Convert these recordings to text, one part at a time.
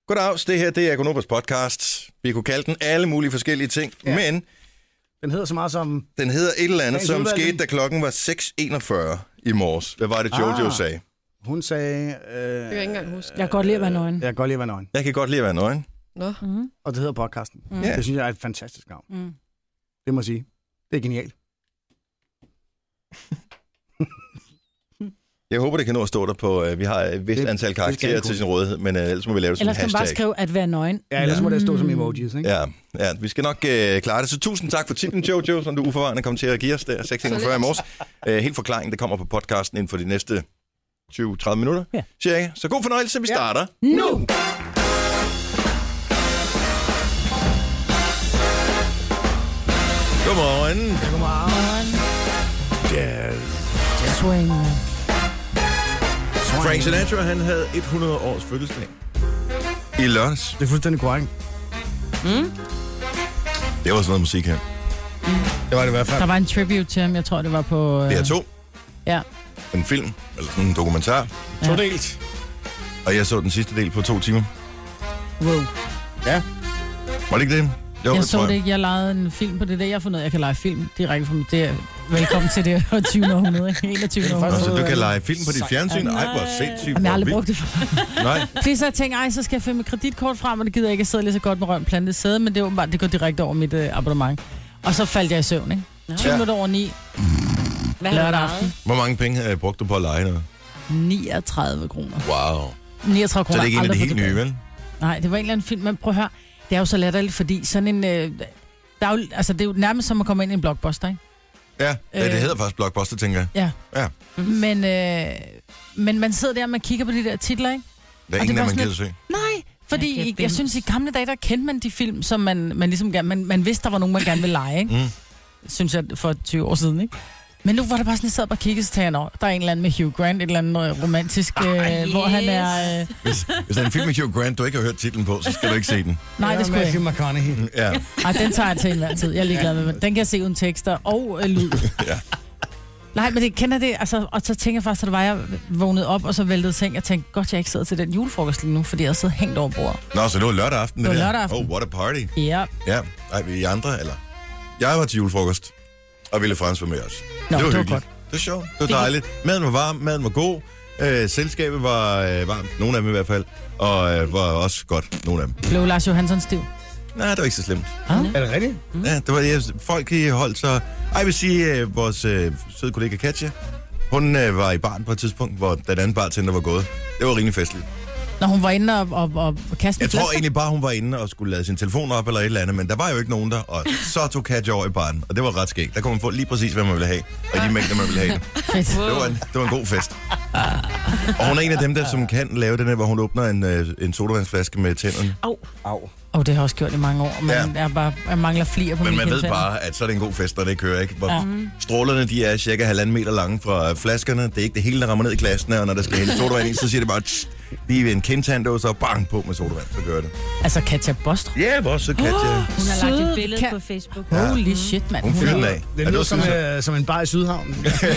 Goddag, det her det er Gonovas podcast. Vi kunne kalde den alle mulige forskellige ting, men... Den hedder så meget som... Den hedder et eller andet, som skete, da klokken var 6:41 i morges. Hvad var det, Jojo sagde? Hun sagde... Det kan jeg ikke engang huske. Jeg kan godt lide at være nøgen. Jeg kan godt lide at være nøgen. Jeg kan godt lide at være nøgen. Nå. Mm-hmm. Og det hedder podcasten. Ja. Det synes jeg er et fantastisk navn. Det må jeg sige. Det er genialt. Jeg håber, det kan nå at stå der på... vi har et vist antal karakterer til sin rådighed, men ellers må vi lave det som ellers en hashtag. Ellers kan man bare skrive at være nøgen. Ja, ellers må det stå som emojis, ikke? Ja, vi skal nok klare det. Så tusind tak for titlen, Jojo, som du uforvarende kom til at give os der 6:41 i morges. Helt forklaringen, det kommer på podcasten inden for de næste 20-30 minutter. Ja. Cirka. Så god fornøjelse, vi starter nu! Godmorgen. Ja, godmorgen. Swing. Frank Sinatra, han havde 100 års fødselsdag i lørdags. Det er fuldstændig korrekt. Det var sådan noget musik her. Det var det i hvert fald. Der var en tribute til ham, jeg tror det var på... DR2. Ja. En film, eller sådan en dokumentar. Ja. Todelt. Og jeg så den sidste del på 2 timer. Wow. Ja. Var det ikke det? Jo, Jeg så det ikke. Jeg lejede en film på det der. Jeg har fundet ud af, at jeg kan lege film direkte fra det. Velkommen til det 20. århundrede, ikke? 21. århundrede. Så du kan lege film på dit fjernsyn? Ej, hvor sindssygt. Jamen, jeg har aldrig brugt det før. Nej. Fordi så jeg tænkte, så skal jeg finde mit kreditkort frem, og det gider jeg ikke at sidde lige så godt med røven plantet sæde, men det er åbenbart, det går direkte over mit abonnement. Og så faldt jeg i søvn, ikke? 20 minutter over 9. Lørdag aften. Hvor mange penge brugte du på at lege noget? 39 kroner. Wow. 39 kroner. Så det er ikke en af de helt nye, vel? Nej, det var en eller anden film, men prøv at høre. Det er jo så latterligt, fordi sådan en... der er jo, altså, det er jo nærmest som at komme ind i en blockbuster, ikke? Ja, det hedder faktisk Blockbuster, tænker jeg. Ja. Men man sidder der, og man kigger på de der titler, ikke? Der er ingen af, man gider se. Nej, fordi jeg synes, i gamle dage, der kendte man de film, som man ligesom gerne... Man vidste, der var nogen, man gerne ville lege, ikke? Synes jeg, for 20 år siden, ikke? Men nu var det bare sådan, jeg sad og kiggede, så tænkte jeg, der er en eller anden med Hugh Grant, et eller andet romantisk, hvor han er... Hvis der er en film med Hugh Grant, du ikke har hørt titlen på, så skal du ikke se den. Nej, det skulle jeg ikke. Matthew McConaughey. Ja. Ej, den tager jeg til enhver tid. Jeg er ligeglad med, den kan jeg se uden tekster og lyd. Ja. Nej, men det kender det, altså, og så tænker jeg faktisk, at det var, jeg vågnede op, og så væltede seng. Jeg tænkte, godt, jeg ikke sidder til den julefrokost lige nu, fordi jeg sidder hængt over bordet. Nå, så det var lørdag aften, det var lørdag aften. Oh, what a party. Ja. Ja, nej, vi andre, eller... Jeg var til julefrokost, og Ville Frans var med os. Nå, det var hyggeligt. godt. Det var sjovt, det var dejligt. Maden var varm, maden var god. Selskabet var varmt, nogle af dem i hvert fald. Og var også godt, nogle af dem. Blev Lars Johansson stiv? Nej, det var ikke så slemt. Er det rigtigt? Ja, det var folk i holdt så... Jeg vil sige, vores søde kollega Katja, hun var i baren på et tidspunkt, hvor den anden bartender var gået. Det var rimelig festligt. Når hun var inde og kaste Jeg tror egentlig bare, hun var inde og skulle lade sin telefon op eller et eller andet, men der var jo ikke nogen der, og så tog Katja over i baren, og det var ret skægt. Der kunne man få lige præcis, hvad man ville have, og de mængder, man ville have det. Det var en god fest. Og hun er en af dem der, som kan lave den der, hvor hun åbner en sodavandsflaske med tænderne. Au. Og det har jeg også gjort i mange år. Man mangler flir på men min man ved kindtænder. bare, at så er det en god fest, når det kører, ikke? Hvor strålerne, de er cirka 1,5 meter lange fra flaskerne. Det er ikke det hele, der rammer ned i glassene, og når der skal hælde sodavand i, så siger det bare lige ved en kindtand, så bang på med sodavand, så gør det. Altså Katja Bostrup. Ja, hvor så Katja. Hun har lagt et billede på Facebook. Holy shit, mand. Hun fyrer den af. Det lyder som en bar i Sydhavnen.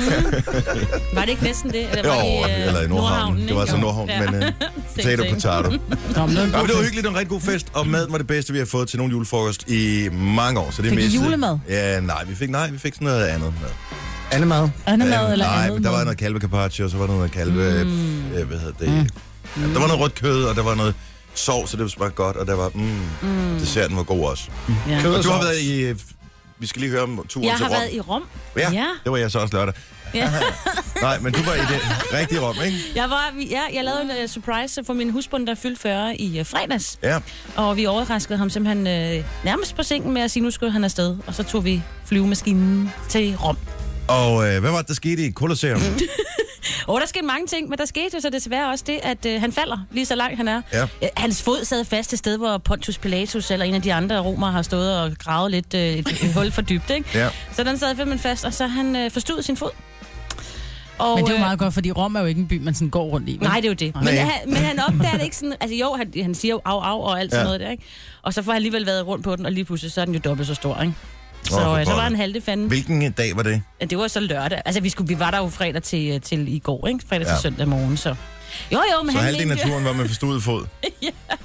Var det ikke næsten det? Eller Jo, var det, eller i Nordhavn. Det var så Nordhavn, men potato. Men Det var hyggeligt, det var en rigtig god fest, og maden var det bedste, vi har fået til nogen julefrokost i mange år. Så det Fik I mest julemad? Ja, vi fik sådan noget andet mad. Andemad. Andemad eller nej, andet? der var noget kalve carpaccio, og så var der noget kalve... hvad hedder det? Ja, der var noget rødt kød, og der var noget sovs, så det smagte godt, og der var... desserten var god også. Ja. Og du har været i... Vi skal lige høre om turen Jeg til har Rom. været i Rom. Ja, Ja. det var jeg så også lørdag. Ja. Nej, men du var i det rigtige Rom, ikke? Jeg lavede en surprise for min husbund, der fyldte 40 i fredags. Ja. Og vi overraskede ham simpelthen nærmest på sengen med at sige, nu skulle han afsted. Og så tog vi flyvemaskinen til Rom. Og hvad var det, der skete i Colosseum? Der skete mange ting, men der skete jo så desværre også det, at han falder lige så langt han er. Ja. Hans fod sad fast et sted, hvor Pontius Pilatus eller en af de andre romere har stået og gravet lidt et hul for dybt, ikke? Ja. Så den sad simpelthen fast, og så han forstod sin fod. Og, Men det er jo meget godt, fordi Rom er jo ikke en by, man sådan går rundt i. Vel? Nej, det er jo det. Men han opdager det ikke sådan... Altså jo, han siger jo au og alt sådan noget der, ikke? Og så får han alligevel været rundt på den, og lige pludselig så er den jo dobbelt så stor, ikke? Så var han halvdefanden. Hvilken dag var det? Det var så lørdag. Altså, vi var der jo fredag til i går, ikke? Fredag til søndag morgen, så... Jo, men så han halvdelen af turen var med forstuet fod? Ja.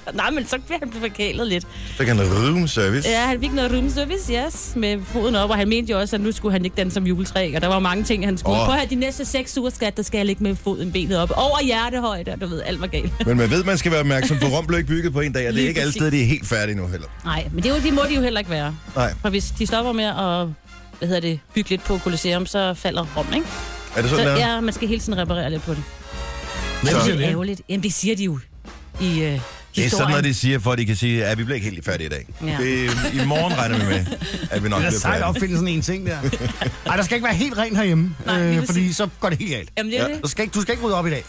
Nej, men så bliver han forkælet lidt. Så kan han room service. Ja, han fik noget room service, yes, med foden op, og han mente jo også, at nu skulle han ikke danse som juletræ, og der var mange ting, han skulle. Prøv at have de næste 6 uger, der skal jeg ligge med foden benet op. Over hjertehøjde, og du ved, alt var galt. Men man ved, man skal være opmærksom, for Rom blev ikke bygget på en dag, og det er ikke alle steder, de er helt færdige nu heller. Nej, men det må de jo heller ikke være. Nej. For hvis de stopper med at bygge lidt på Colosseum, så falder Rom, ikke? Er det sådan, så, der? ja, man skal hele tiden reparere lidt på det. Hvem siger Det er det? ærgerligt. Jamen, det siger de jo i historien. Det er sådan noget, de siger, for at de kan sige, at vi bliver ikke helt færdige i dag. Ja. I morgen regner vi med, at vi nok Det er bliver sejt at færdige. opfinde sådan en ting der. Ej, der skal ikke være helt rent herhjemme, Nej, fordi så går det helt galt. Jamen, det er det. Du skal ikke rydde op i dag.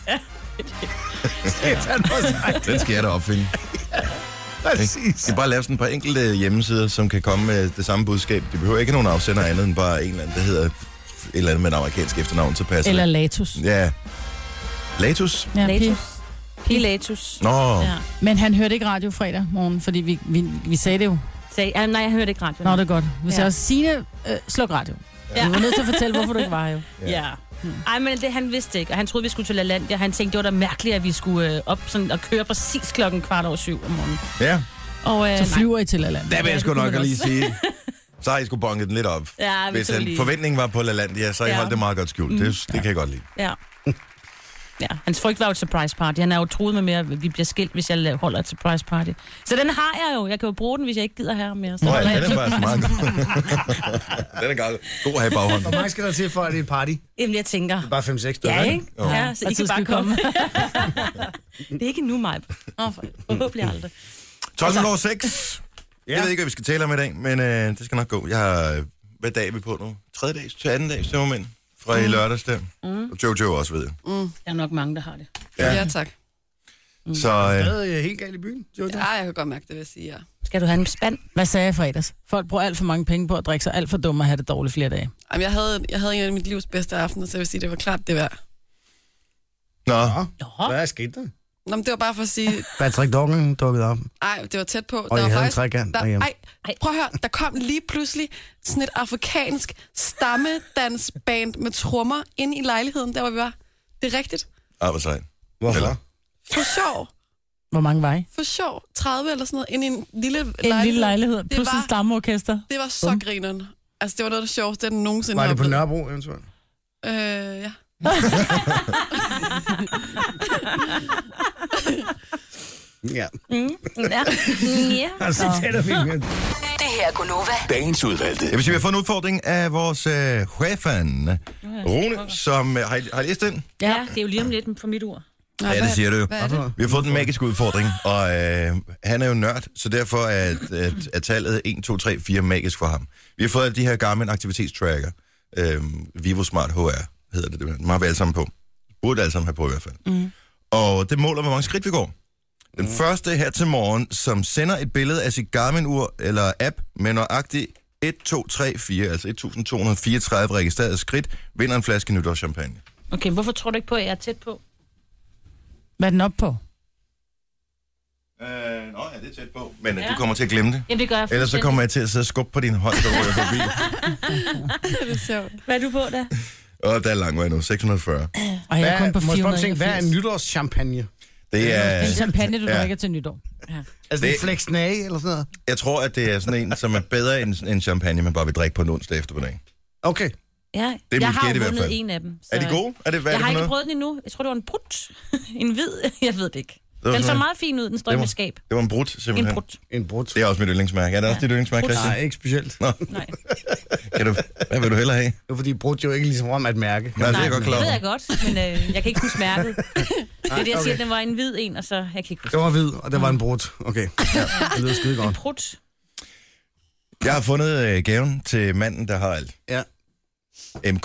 Den skal jeg da opfinde. Præcis. De bare lave sådan et par enkelte hjemmesider, som kan komme med det samme budskab. De behøver ikke nogen afsender andet end bare en eller anden, der hedder et eller andet med en amerikansk efternavn, så passer Eller det. Latus. Ja. Latus? Ja, Latus. Pilatus. Nå. Ja. Men han hørte ikke radio fredag morgen, fordi vi sagde det jo. Nej, jeg hørte ikke radio. Nå, det er godt. Vi sagde Ja. også, Signe, sluk radio. Ja. Vi var nødt til at fortælle, hvorfor du ikke var her jo. Ja. Ej, men det han vidste ikke, og han troede, vi skulle til LaLandia. Han tænkte, det var da mærkeligt, at vi skulle op sådan, og køre præcis 7:15 om morgenen. Ja. Og, Så flyver I til LaLandia. Der vil jeg sgu det kunne nok man lige også. sige. Så har I sgu bonget den lidt op. Ja, vi Hvis tog lige. forventningen var på LaLandia, så har I holdt det meget godt skjult. Det kan jeg godt lide. Ja. Ja, hans frygt var jo et surprise party. Han er jo troet med at vi bliver skilt, hvis jeg holder et surprise party. Så den har jeg jo. Jeg kan jo bruge den, hvis jeg ikke gider have ham mere. Så Nå, holder ja, jeg den er faktisk meget god. Den er god at have i baghånden. Hvor mange skal der til for, at det er et party? Jamen, jeg tænker... Bare 5-6 stykker, Ja, ikke? ikke? Jo. Ja, så I kan bare komme. Det er ikke nu, mig. Forhåbentlig aldrig. 12:06. Ja. Jeg ved ikke, hvad vi skal tale om i dag, men det skal nok gå. Jeg har... Hvad dag er vi på nu? 3. dags til 2. dags tømmermænd fra i lørdags der. Og Jojo også, ved jeg. Der er nok mange, der har det. Ja, tak. Så Stadig helt galt i byen, Jojo. Ja, jeg kan godt mærke det, vil jeg sige, ja. Skal du have en spand? Hvad sagde jeg i fredags? Folk bruger alt for mange penge på at drikke sig alt for dumme og have det dårligt flere dage. Jamen, jeg havde en af mit livs bedste aftener, så jeg vil sige, det var klart det værd. Nå, Hvad er sket der? Nå, men det var bare for at sige, Patrick Doggen dukkede op. ej, det var tæt på. Og der I var havde en trekant derhjemme. prøv at høre, der kom lige pludselig sådan et afrikansk stammedansband med trommer ind i lejligheden, der hvor vi var. Det er rigtigt. hvor sejt. Hvorfor? Eller? For sjov. Hvor mange var I? For sjov. 30 eller sådan noget. Ind i en lille lejlighed. En lille lejlighed, plus et stammeorkester. Det var så grineren. Altså, det var noget af det sjoveste, jeg nogensinde Var har det på oplevet. Nørrebro eventuelt? Ja. Ja. Ja. Altså, tætter vi igen. Det her er Gunova. Dagens udvalgte. Jeg vil sige, vi har fået en udfordring af vores chefen, Rune, som... Har I læst den? Ja, det er jo lige om lidt for mit ord. Ja, det siger du jo. Hvad er det? Vi har fået den magiske udfordring, og han er jo nørd, så derfor er tallet 1, 2, 3, 4 magisk for ham. Vi har fået de her Garmin aktivitetstracker. Vivo Smart HR hedder det. Dem har vi alle sammen på. Burde alle sammen have på i hvert fald. Mm. Og det måler, hvor mange skridt vi går. Den første her til morgen, som sender et billede af sit Garmin-ur eller app med nøjagtigt 1, 2, 3, 4, altså 1234 registrerede skridt, vinder en flaske nytårschampagne. Okay, hvorfor tror du ikke på, at jeg er tæt på? Hvad er den op på? Nå ja, det er tæt på. Men du kommer til at glemme det. Jamen, det gør jeg. Ellers så kommer jeg til at sidde og skubbe på din hånd, der ryger forbi. Det er sjovt. Hvad er du på, da? Og der er lang vej nu, 640. Og jeg er kun på Hvad 481. er en nytårschampagne? Det er... En champagne, du Ja. drikker til nytår. Altså, det er Flex Nage eller sådan noget? Jeg tror, at det er sådan en, som er bedre end champagne, man bare vil drikke på en onsdag eftermiddag. Okay. Ja, Det er jeg mit har gæt i jo hvert vundet fald. en af dem. Er de gode? Hvad Jeg er det har for ikke noget? prøvet den endnu. Jeg tror, det var en brut. En hvid. Jeg ved det ikke. var Den så sådan- meget fin ud. Den står i mit skab. Det var en brud, simpelthen. En brut. En brud. Det er også mit yndlingsmærke. Er det også dit yndlingsmærke, Brut. Christian? Nej, ikke specielt. Nå, Nej. hvad vil du hellere have? Det er fordi brud jo ikke ligesom om at mærke. Nej, det er jeg godt klar det ved over. jeg godt, men jeg kan ikke huske mærket. Det er det, jeg siger, den var en hvid en, og så jeg kan ikke huske. Det var hvid, og det var en brud. Okay. Ja, det lyder skide godt. Brut. Jeg har fundet gaven til manden, der har alt. Ja. MK.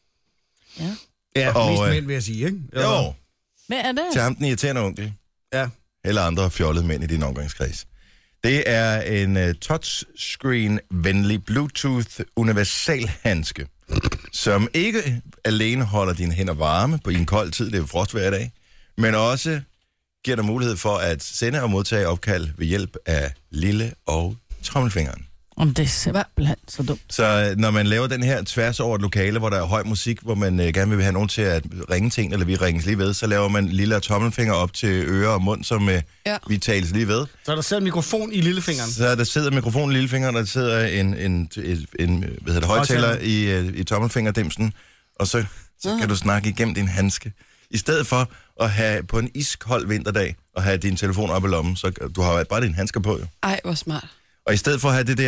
Ja, Og, mest mænd vil jeg sige, ikke? Jo, Hvad er det? til ham den irriterende onkel. Ja. Eller andre fjollede mænd i din omgangskreds. Det er en touchscreen-venlig Bluetooth universalhandske, som ikke alene holder dine hænder varme på en kold tid, det er jo frost hver dag, men også giver dig mulighed for at sende og modtage opkald ved hjælp af lille og tommelfingeren. Om det er simpelthen så dumt. Så når man laver den her tværs over et lokale, hvor der er høj musik, hvor man gerne vil have nogen til at ringe til en, eller vi ringes lige ved, så laver man lille tommelfinger op til øre og mund, som vi tales lige ved. Så der sidder en mikrofon i lillefingeren. Så der sidder mikrofonen i lillefingeren, og der sidder en højtaler i tommelfingerdimsen, og så kan du snakke igennem din handske. I stedet for at have på en iskold vinterdag, og have din telefon op i lommen, så du har bare din handsker på, jo. Ej, hvor smart. Og i stedet for at have det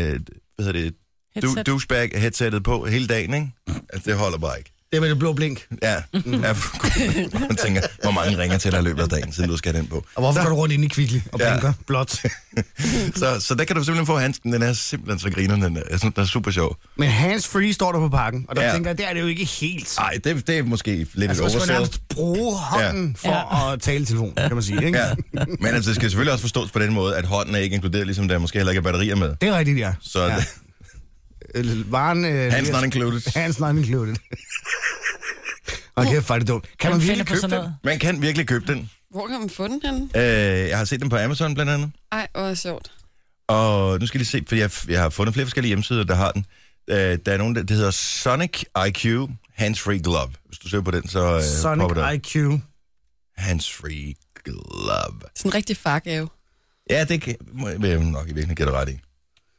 der, douchebag-headsettet på hele dagen, ikke? Altså, det holder bare ikke. Det er med det blå blink. Ja. Man tænker, hvor mange ringer til dig i løbet af dagen, siden du skal have den på. Og hvorfor går du rundt inde i Kvickly og blinker blot? så der kan du simpelthen få handsken. Den er simpelthen så griner, den er super sjov. Men hands-free står der på pakken, og der tænker jeg, det er det jo ikke helt. Nej, det er måske lidt et oversæt. Altså, man skal bruge hånden for at tale telefon, kan man sige, ikke? Ja. Men altså, det skal selvfølgelig også forstås på den måde, at hånden er ikke inkluderet, ligesom der måske heller ikke er batterier med. Det er rigtigt, ja. Så varen... hands not included. Hands not included. Okay, for det dumt. Kan man virkelig købe den? Man kan virkelig købe den. Hvor kan man få den henne? Jeg har set den på Amazon blandt andet. Ej, hvor sjovt. Og nu skal I se, for jeg har fundet flere forskellige hjemmesider, der har den. Der er nogen, der hedder Sonic IQ Hands-Free Glove. Hvis du søger på den, så Sonic IQ Hands-Free Glove. Sådan en rigtig fargave. Ja, det vil jeg nok i virkeligheden gætte ret i.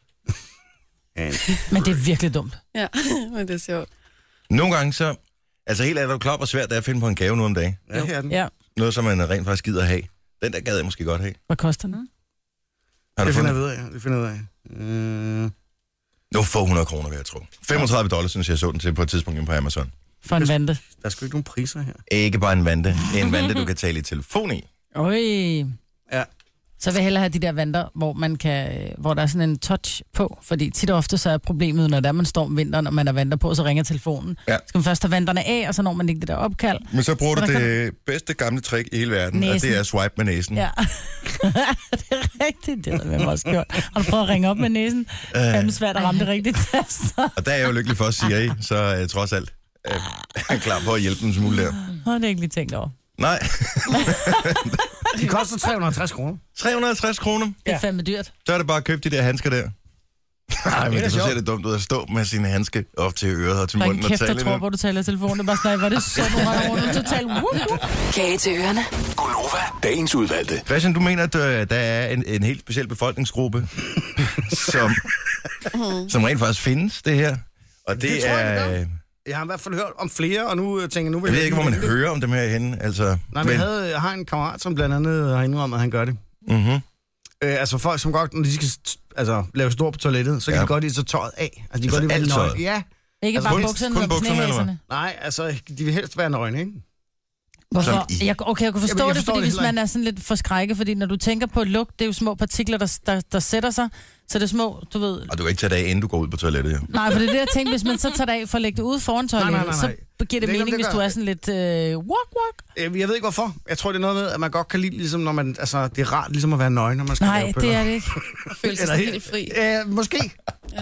Men det er virkelig dumt. Ja, men det er sjovt. Nogle gange så... Altså helt ærligt, klart og svært, det er at finde på en gave nu om dagen. Ja, her er den. Ja. Noget, som man rent faktisk gider at have. Den der gad jeg måske godt have. Hvad koster den? Det finder jeg ud af. Nu få 100 kroner, vil jeg tro. $35, synes jeg så den til på et tidspunkt på Amazon. For en vante. Der er sgu ikke nogen priser her. Ikke bare en vante. En vante, du kan tale i telefon i. Oj. Ja. Så vil jeg hellere have de der vanter, hvor der er sådan en touch på. Fordi tit og ofte så er problemet, når man står om vinteren, og man er vanter på, så ringer telefonen. Ja. Skal man først have vanterne af, og så når man ikke det der opkald. Men så bruger du det bedste gamle trick i hele verden, næsen. Og det er swipe med næsen. Ja, det er rigtigt. Det har jeg også gjort. Har du prøvet at ringe op med næsen? Det er svært at ramme det rigtigt. Og der er jeg jo lykkelig for at sige, I, så trods alt er klar på at hjælpe en smule der. Det er ikke lige tænkt over. Nej. De koster 350 kroner. 350 kroner? Det er fandme dyrt. Så er det bare at købe de der handsker der. Nej, men det ser det dumt ud at stå med sine handske op til øret og til munden og tale. Kæft, jeg tror, hvor du taler i telefonen. Det er bare sådan, var det så meget rundt til at tale. Kage til ørerne. Gunova, dagens udvalgte. Christian, du mener, at der er en helt speciel befolkningsgruppe, som rent faktisk findes, det her. Og det er... Jeg har i hvert fald hørt om flere, og nu tænker jeg... Jeg ved ikke, hvor man hører om dem herhenne. Altså, nej, men jeg har en kammerat, som blandt andet har indrømmet, at han gør det. Mhm. Altså folk, som godt, når de skal lave stor på toilettet, så kan de godt lide så tøjet af. Altså, de godt lide nøgne. Ja. Ikke altså, bare bukserne og knæhæserne? Nej, altså, de vil helst være nøgne, ikke? Hvorfor? Jeg kunne forstå det, fordi hvis man er sådan lidt forskrækket, fordi når du tænker på lugt, det er jo små partikler, der sætter sig, så det er små, du ved... Og du kan ikke tage det af, inden du går ud på toilettet, jo. Nej, for det er det, jeg tænkte, hvis man så tager det af for at lægge det ude foran toilettet, så giver det mening, hvis du er sådan lidt walk. Jeg ved ikke hvorfor. Jeg tror, det er noget med, at man godt kan lide, ligesom når man... Altså, det er rart ligesom at være nøgen, når man skal lave bøger. Nej, det er det ikke. Føle sig helt fri. Måske. Ja.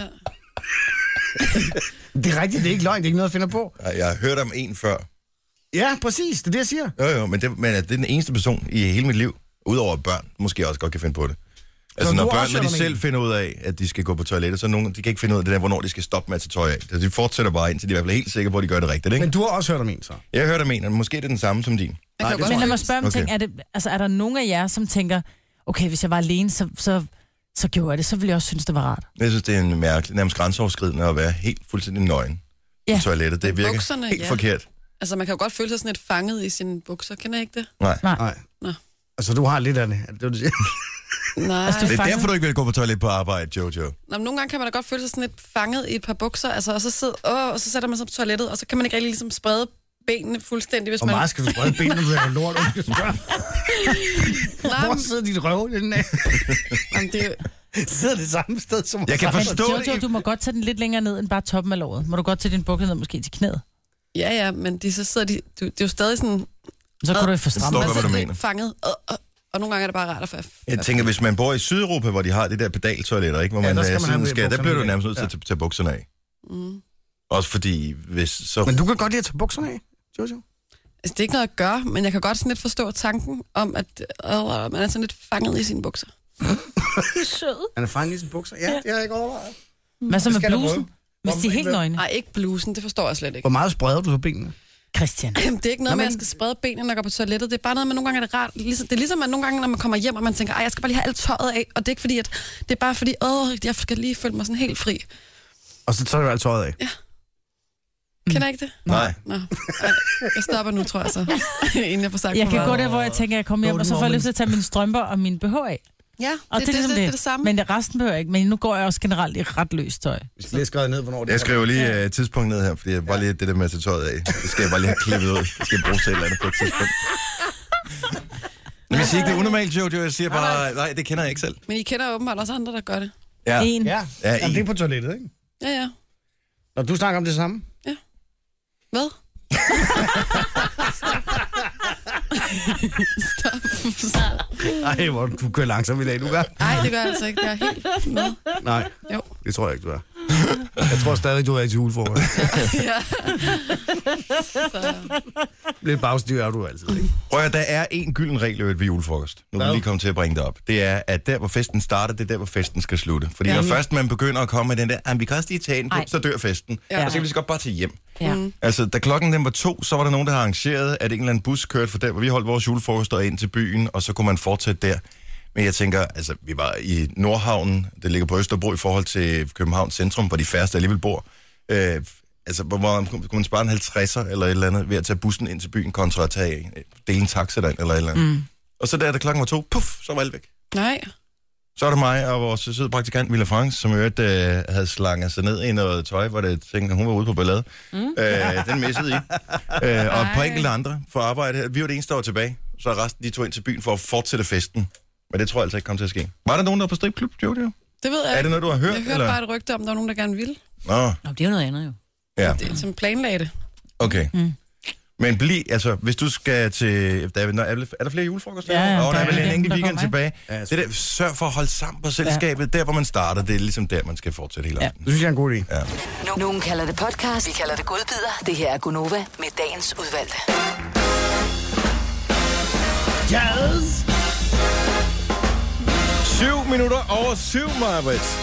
Det er rigtigt, det er ikke løgn, det er ikke noget, jeg finder på. Jeg har hørt om en før. Ja, præcis, det er det, jeg siger. Jo, men det er den eneste person i hele mit liv, udover børn, måske også godt kan finde på det. Altså når børn, når de selv finder ud af, at de skal gå på toilettet, så nogen, de kan ikke finde ud af det der, hvornår de skal stoppe med at tage tøj af. Altså, de fortsætter bare ind, så de er i hvert fald helt sikre på, at de gør det rigtigt, ikke? Men du har også hørt om en, så? Jeg har hørt om en, og måske er det den samme som din. Men lad mig spørge om ting. Er der nogen af jer, som tænker, okay, hvis jeg var alene, så gjorde jeg det, så ville jeg også synes, det var rart? Jeg synes, det er en mærkelig, nærmest grænseoverskridende at være helt fuldstændig nøgen på toilettet. Det virker bukserne, helt forkert. Altså, man kan jo godt føle sig sådan lidt fanget i sine bukser. Kender I ikke det? Nej. Nå. Altså, du har lidt af det, det du siger. Nej. Altså, det er derfor, du ikke vil gå på toilet på arbejde, Jojo. Nå, men nogle gange kan man da godt føle sig sådan lidt fanget i et par bukser, altså, og så sætter man sig på toilettet, og så kan man ikke rigtig ligesom sprede benene fuldstændig, hvis man... Hvor meget skal du sprede benene, når du er lort? Hvor sidder dit røv den af? Jamen, det sidder det samme sted som... Jeg kan forstå det. Du må godt tage den lidt længere ned, end bare toppen af låret. Må du godt tage din bukser ned, måske til knæet? Ja, men så sidder de... Det er jo stadig sådan... Så kan du ikke forstramme. Man sidder lidt fanget, og nogle gange er det bare rart at få... Jeg tænker, hvis man bor i Sydeuropa, hvor de har det der pedaltoiletter, ikke? Hvor man der bliver du nærmest nødt til at tage bukserne af. Mm. Også fordi, hvis så... Men du kan godt lide at tage bukserne af, Jojo? Altså, det er ikke noget at gøre, men jeg kan godt sådan lidt forstå tanken om, at man er sådan lidt fanget i sine bukser. Sød. Han er fanget i sine bukser. Ja, det har jeg ikke overvejet. Hvad så med skal der blusen? Hvis de er helt nøgne. Nej, ikke blusen, det forstår jeg slet ikke. Hvor meget spreder du så benene? Christian. Det er ikke noget med, at jeg skal sprede benene, når jeg går på toilettet. Det er bare noget med, nogle gange er det rart. Det er ligesom, at nogle gange, når man kommer hjem, og man tænker, jeg skal bare lige have alt tøjet af. Og det er ikke fordi, at det er bare fordi, jeg skal lige føle mig sådan helt fri. Og så tager du alt tøjet af? Ja. Kender ikke det? Nej. Nå. Jeg stopper nu, tror jeg så. Inden jeg får sagt Jeg kan gå der, hvor jeg tænker, at jeg kommer hjem, og så får jeg lyst til at tage mine strømper og min BH af. Ja, og det er det samme. Men resten behøver jeg ikke. Men nu går jeg også generelt i ret løst tøj. Vi skal lige skrive ned, hvornår det er. Jeg skriver lige tidspunkt ned her, fordi jeg bare lige det der med at tage tøjet af. Det skal jeg bare lige have klippet ud. Det skal jeg bruge til et eller andet på et tidspunkt. Men jeg siger ikke, det er unormalt, Jojo. Jeg siger bare, nej, det kender jeg ikke selv. Men I kender åbenbart også andre, der gør det. Ja. En. Ja, jamen, det er på toilettet, ikke? Ja. Når du snakker om det samme? Ja. Hvad? Ej, hvor du kører langsomt i dag, du gør. Nej, det gør jeg altså ikke. Det er helt med. Nej, jo. Det tror jeg ikke, du er. Jeg tror stadig, du er i julefrokost. Ja. Lidt bagstyr er du altid, ikke? Prøv at der er en gylden regel ved julefrokost. Nu vil vi lige komme til at bringe det op. Det er, at der, hvor festen starter, det er der, hvor festen skal slutte. Fordi når først man begynder at komme med den der, vi kan også lige tage en på, så dør festen. Ja. Og så kan vi så godt bare tage hjem. Ja. Altså, da klokken den var 2, så var der nogen, der havde arrangeret, at en eller anden bus kørte for der, hvor vi holdt vores julefrokost og ind til byen, og så kunne man fortsætte der. Men jeg tænker, altså, vi var i Nordhavn, det ligger på Østerbro i forhold til Københavns centrum, hvor de færreste alligevel bor. Altså, hvor kunne man spare en 50'er eller et eller andet ved at tage bussen ind til byen, kontra at tage dele en taxa derind eller et eller andet. Og så da klokken var 2, puff, så var alt væk. Nej. Så er det mig og vores søde praktikant, Mille France, som havde slanget sig ned i noget tøj, hvor det tænkte, hun var ude på ballade. Den missede I. Og på enkelte andre for arbejde. Vi var det eneste, der var tilbage. Så resten, de tog ind til byen for at fortsætte festen. Men det tror jeg altså ikke kom til at ske. Var der nogen, der var på stripklub, Jojo? Det ved jeg. Er det noget, du har hørt? Jeg hørte bare et rygte om, der var nogen, der gerne ville. Nå, det er jo noget andet jo. Ja. Det er som planlagde det. Okay. Men hvis du skal til... Er der flere julefrokoster? Ja, og der er vel en enkelt weekend kommer, tilbage. Ja, det der, sørg for at holde sammen på selskabet. Der, hvor man starter, det er ligesom der, man skal fortsætte hele aftenen. Det synes jeg er en god idé. Ja. Nogen kalder det podcast, vi kalder det godbider. Det her er Gunova med dagens udvalgte. Yes! 7 minutter over 7, Marbet.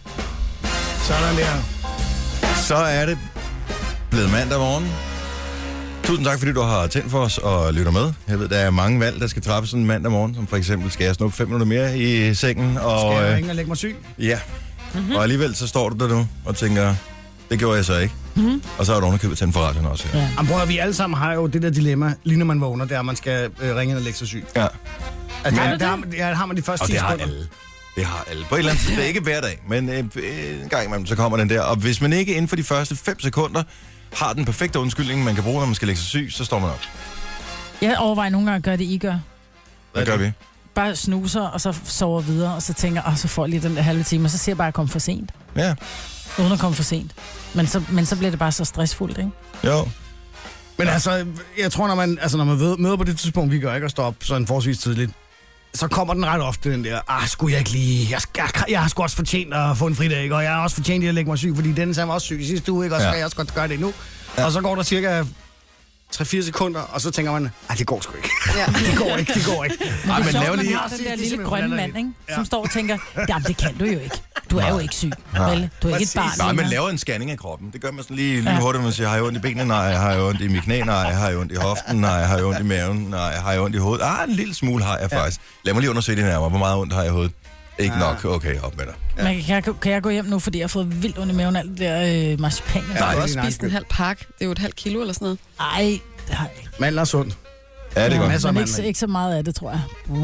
Sådan der. Så er det blevet mandag morgen. Tusind tak, fordi du har tændt for os og lytter med. Jeg ved, der er mange valg, der skal træffes sådan en mandag morgen, som for eksempel, skal jeg snuppe 5 minutter mere i sengen? Og, skal jeg ringe og lægge mig syg? Ja. Og alligevel så står du der nu og tænker, det gjorde jeg så ikke. Og så er du underkøbet tændt for radioen også. Ja. Jamen, prøv at vi alle sammen har jo det der dilemma, lige når man vågner, det er, at man skal ringe og lægge sig syg. Ja. Altså, har man de første 10 sekunder. Det har alle. På et eller andet det er ikke hver dag, men en gang imellem, så kommer den der. Og hvis man ikke inden for de første 5 sekunder har den perfekte undskyldning, man kan bruge, når man skal lægge sig syg, så står man op. Jeg overvejer nogle gange at gøre det, I gør. Hvad gør vi? Bare snuser, og så sover videre, og så tænker, så får jeg lige den der halve time, og så siger jeg bare, at jeg kommer for sent. Ja. Uden at komme for sent. Men så bliver det bare så stressfuldt, ikke? Jo. Men altså, jeg tror, når man møder på det tidspunkt, vi gør ikke at stå op sådan forholdsvis tidligt, så kommer den ret ofte, den der, skulle jeg ikke lige, jeg har sgu også fortjent at få en fridag, ikke? Og jeg har også fortjent at lægge mig syg, fordi den var også syg i sidste uge, ikke? Og så kan jeg også godt gøre det nu. Ja. Og så går der cirka 3-4 sekunder, og så tænker man, det går sgu ikke. Ja. det går ikke. Men det er sjovt, man har den der lille grønne mand, ikke? Som står og tænker, jamen det kan du jo ikke. Du er jo ikke syg, vel? Du er ikke et barn. Nej, man laver en scanning af kroppen. Det gør man sådan lige hurtigt, man siger, har jeg ondt i benene? Nej, har jeg ondt i mit knæ? Nej, har jeg ondt i hoften? Nej, har jeg ondt i maven? Nej, har jeg ondt i hovedet? En lille smule har jeg faktisk. Lad mig lige undersøge det nærmere. Hvor meget ondt har jeg i hovedet? Ikke nok. Okay, op med dig. Ja. Men kan jeg gå hjem nu, fordi jeg har fået vildt ondt i maven, alt det der marcipan? Jeg har også spist en halv pakke. Det er jo et halvt kilo eller sådan noget. Ej, det har jeg ikke. Mandler er sundt. Ja, det er godt. Men ikke så meget af det, tror jeg.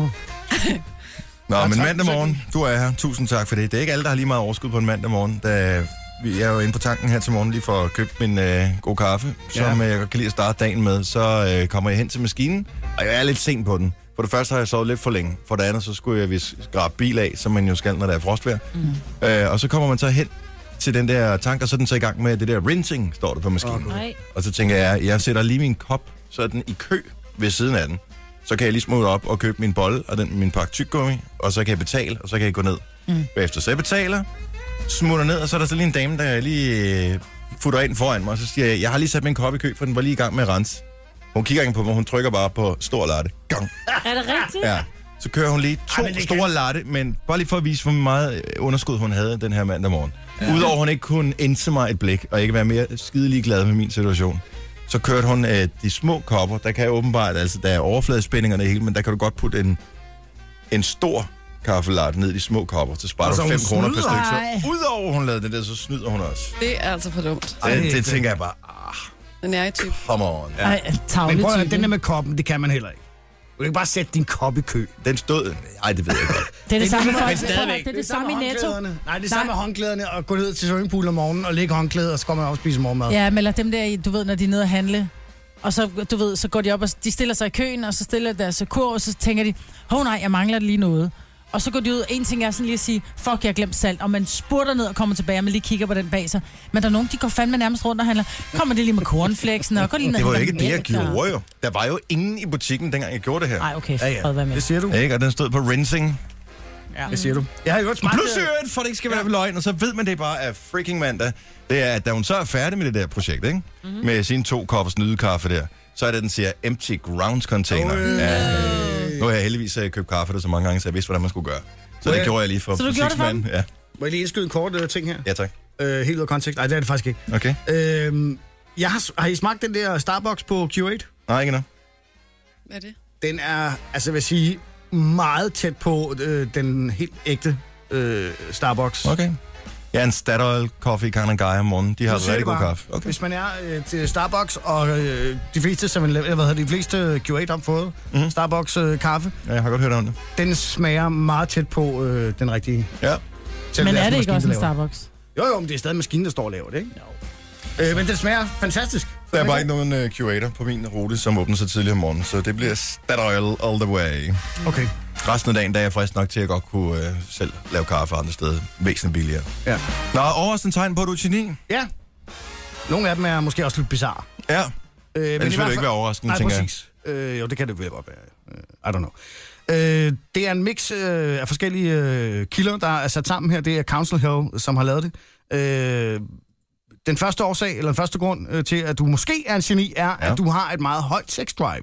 Nå, men mandag morgen, du er her. Tusind tak for det. Det er ikke alle, der har lige meget overskud på en mandag morgen. Vi er jo inde på tanken her til morgen lige for at købe min god kaffe, som jeg godt kan lide at starte dagen med. Så kommer jeg hen til maskinen, og jeg er lidt sent på den. For det første har jeg sovet lidt for længe. For det andet, så skulle jeg skrabe bil af, som man jo skal, når der er frostvejr. Og så kommer man så hen til den der tank, og så er den så i gang med det der rinsing, står der på maskinen. Og så tænker jeg sætter lige min kop sådan i kø ved siden af den. Så kan jeg lige smutte op og købe min bolle og min pakke tyggegummi, og så kan jeg betale, og så kan jeg gå ned. Bagefter så jeg betaler, smutter ned, og så er der så lige en dame, der lige futter ind foran mig, og så siger jeg har lige sat min kop i kø, for den var lige i gang med at rense. Hun kigger ikke på mig, hun trykker bare på stor latte. Gang. Er det rigtigt? Ja. Så kører hun lige 2 store latte, men bare lige for at vise, hvor meget underskud hun havde den her mandag morgen. Ja. Udover hun ikke kunne indse mig et blik, og ikke være mere skidelig glad med min situation, så kørte hun de små kopper. Der kan jeg åbenbart, altså der er overfladespændinger og det hele, men der kan du godt putte en stor kaffelatte ned i de små kopper, så sparer du 5 kroner per stykke. Så udover hun lavede det der, så snyder hun også. Det er altså for dumt. Det tænker jeg bare, Den er i typ. come on. Ja. Men prøv at den der med koppen, det kan man heller ikke. Du kan ikke bare sætte din kop i kø. Den stod... Ej, det ved jeg godt. Det er det samme for stadigvæk. Det er det samme i Netto. Nej, det er samme med håndklæderne og gå ned til swimmingpool om morgenen og lægge håndklæder, og så kommer man op og spise morgenmad. Ja, men eller dem der, du ved, når de er nede at handle, og så, du ved, så går de op og de stiller sig i køen, og så stiller deres kurv, og så tænker de, nej, jeg mangler lige noget. Og så går de ud, en ting er sådan lige at sige, fuck, jeg har glemt salt, og man spurter ned og kommer tilbage, og man lige kigger på den bag sig. Men der er nogen, de går fandme nærmest rundt og handler. Kommer det lige med cornflakesen, og går lige ned. Det var jo ikke det, jeg gjorde jo. Der var jo ingen i butikken, dengang jeg gjorde det her. Nej, okay, fred være med. Det siger du. Ikke, og den stod på rinsing. Ja. Det siger du. Jeg har jo godt smagt det. Plus for det ikke skal være løgn, og så ved man det bare af freaking mandag. Det er, at da hun så er færdig med det der projekt, ikke? Mm-hmm. Med sine 2 kopper snydekaffe der, så er det, den siger empty grounds container. Nu har jeg heldigvis købt kaffe der så mange gange, så jeg vidste, hvordan man skulle gøre. Så det gjorde jeg lige for 6 mand. Ja. Må jeg lige indskyde en kort ting her? Ja, tak. Helt ud af kontekst. Nej, det er det faktisk ikke. Okay. Har I smagt den der Starbucks på Q8? Nej, ikke noget. Hvad er det? Den er, altså jeg vil sige, meget tæt på den helt ægte Starbucks. Okay. Ja, en Statoil Coffee kind of guy om morgenen. De har rigtig god kaffe. Okay. Hvis man er til Starbucks, og de fleste Q8 har fået Starbucks kaffe. Ja, jeg har godt hørt om det. Den smager meget tæt på den rigtige. Ja. Men er det ikke også en Starbucks? Jo, men det er stadig maskinen, der står og laver det, ikke? Men den smager fantastisk. Der er bare ikke nogen Q8'er på min rute, som åbner så tidligt om morgenen, så det bliver Statoil all the way. Okay. Resten af dagen, der er jeg frisk nok til at godt kunne selv lave kaffe andre steder. Væsentligt billigere. Ja. Nå, overraskende tegn på, at du er geni. Ja. Nogle af dem er måske også lidt bizarre. Ja. Men det vil jo ikke være overraskende, tænker jeg. Præcis. Jo, det kan det vel godt være. I don't know. Det er en mix af forskellige kilder, der er sat sammen her. Det er Council Hill, som har lavet det. Den første årsag, eller den første grund til, at du måske er en geni, er, at du har et meget højt sex drive.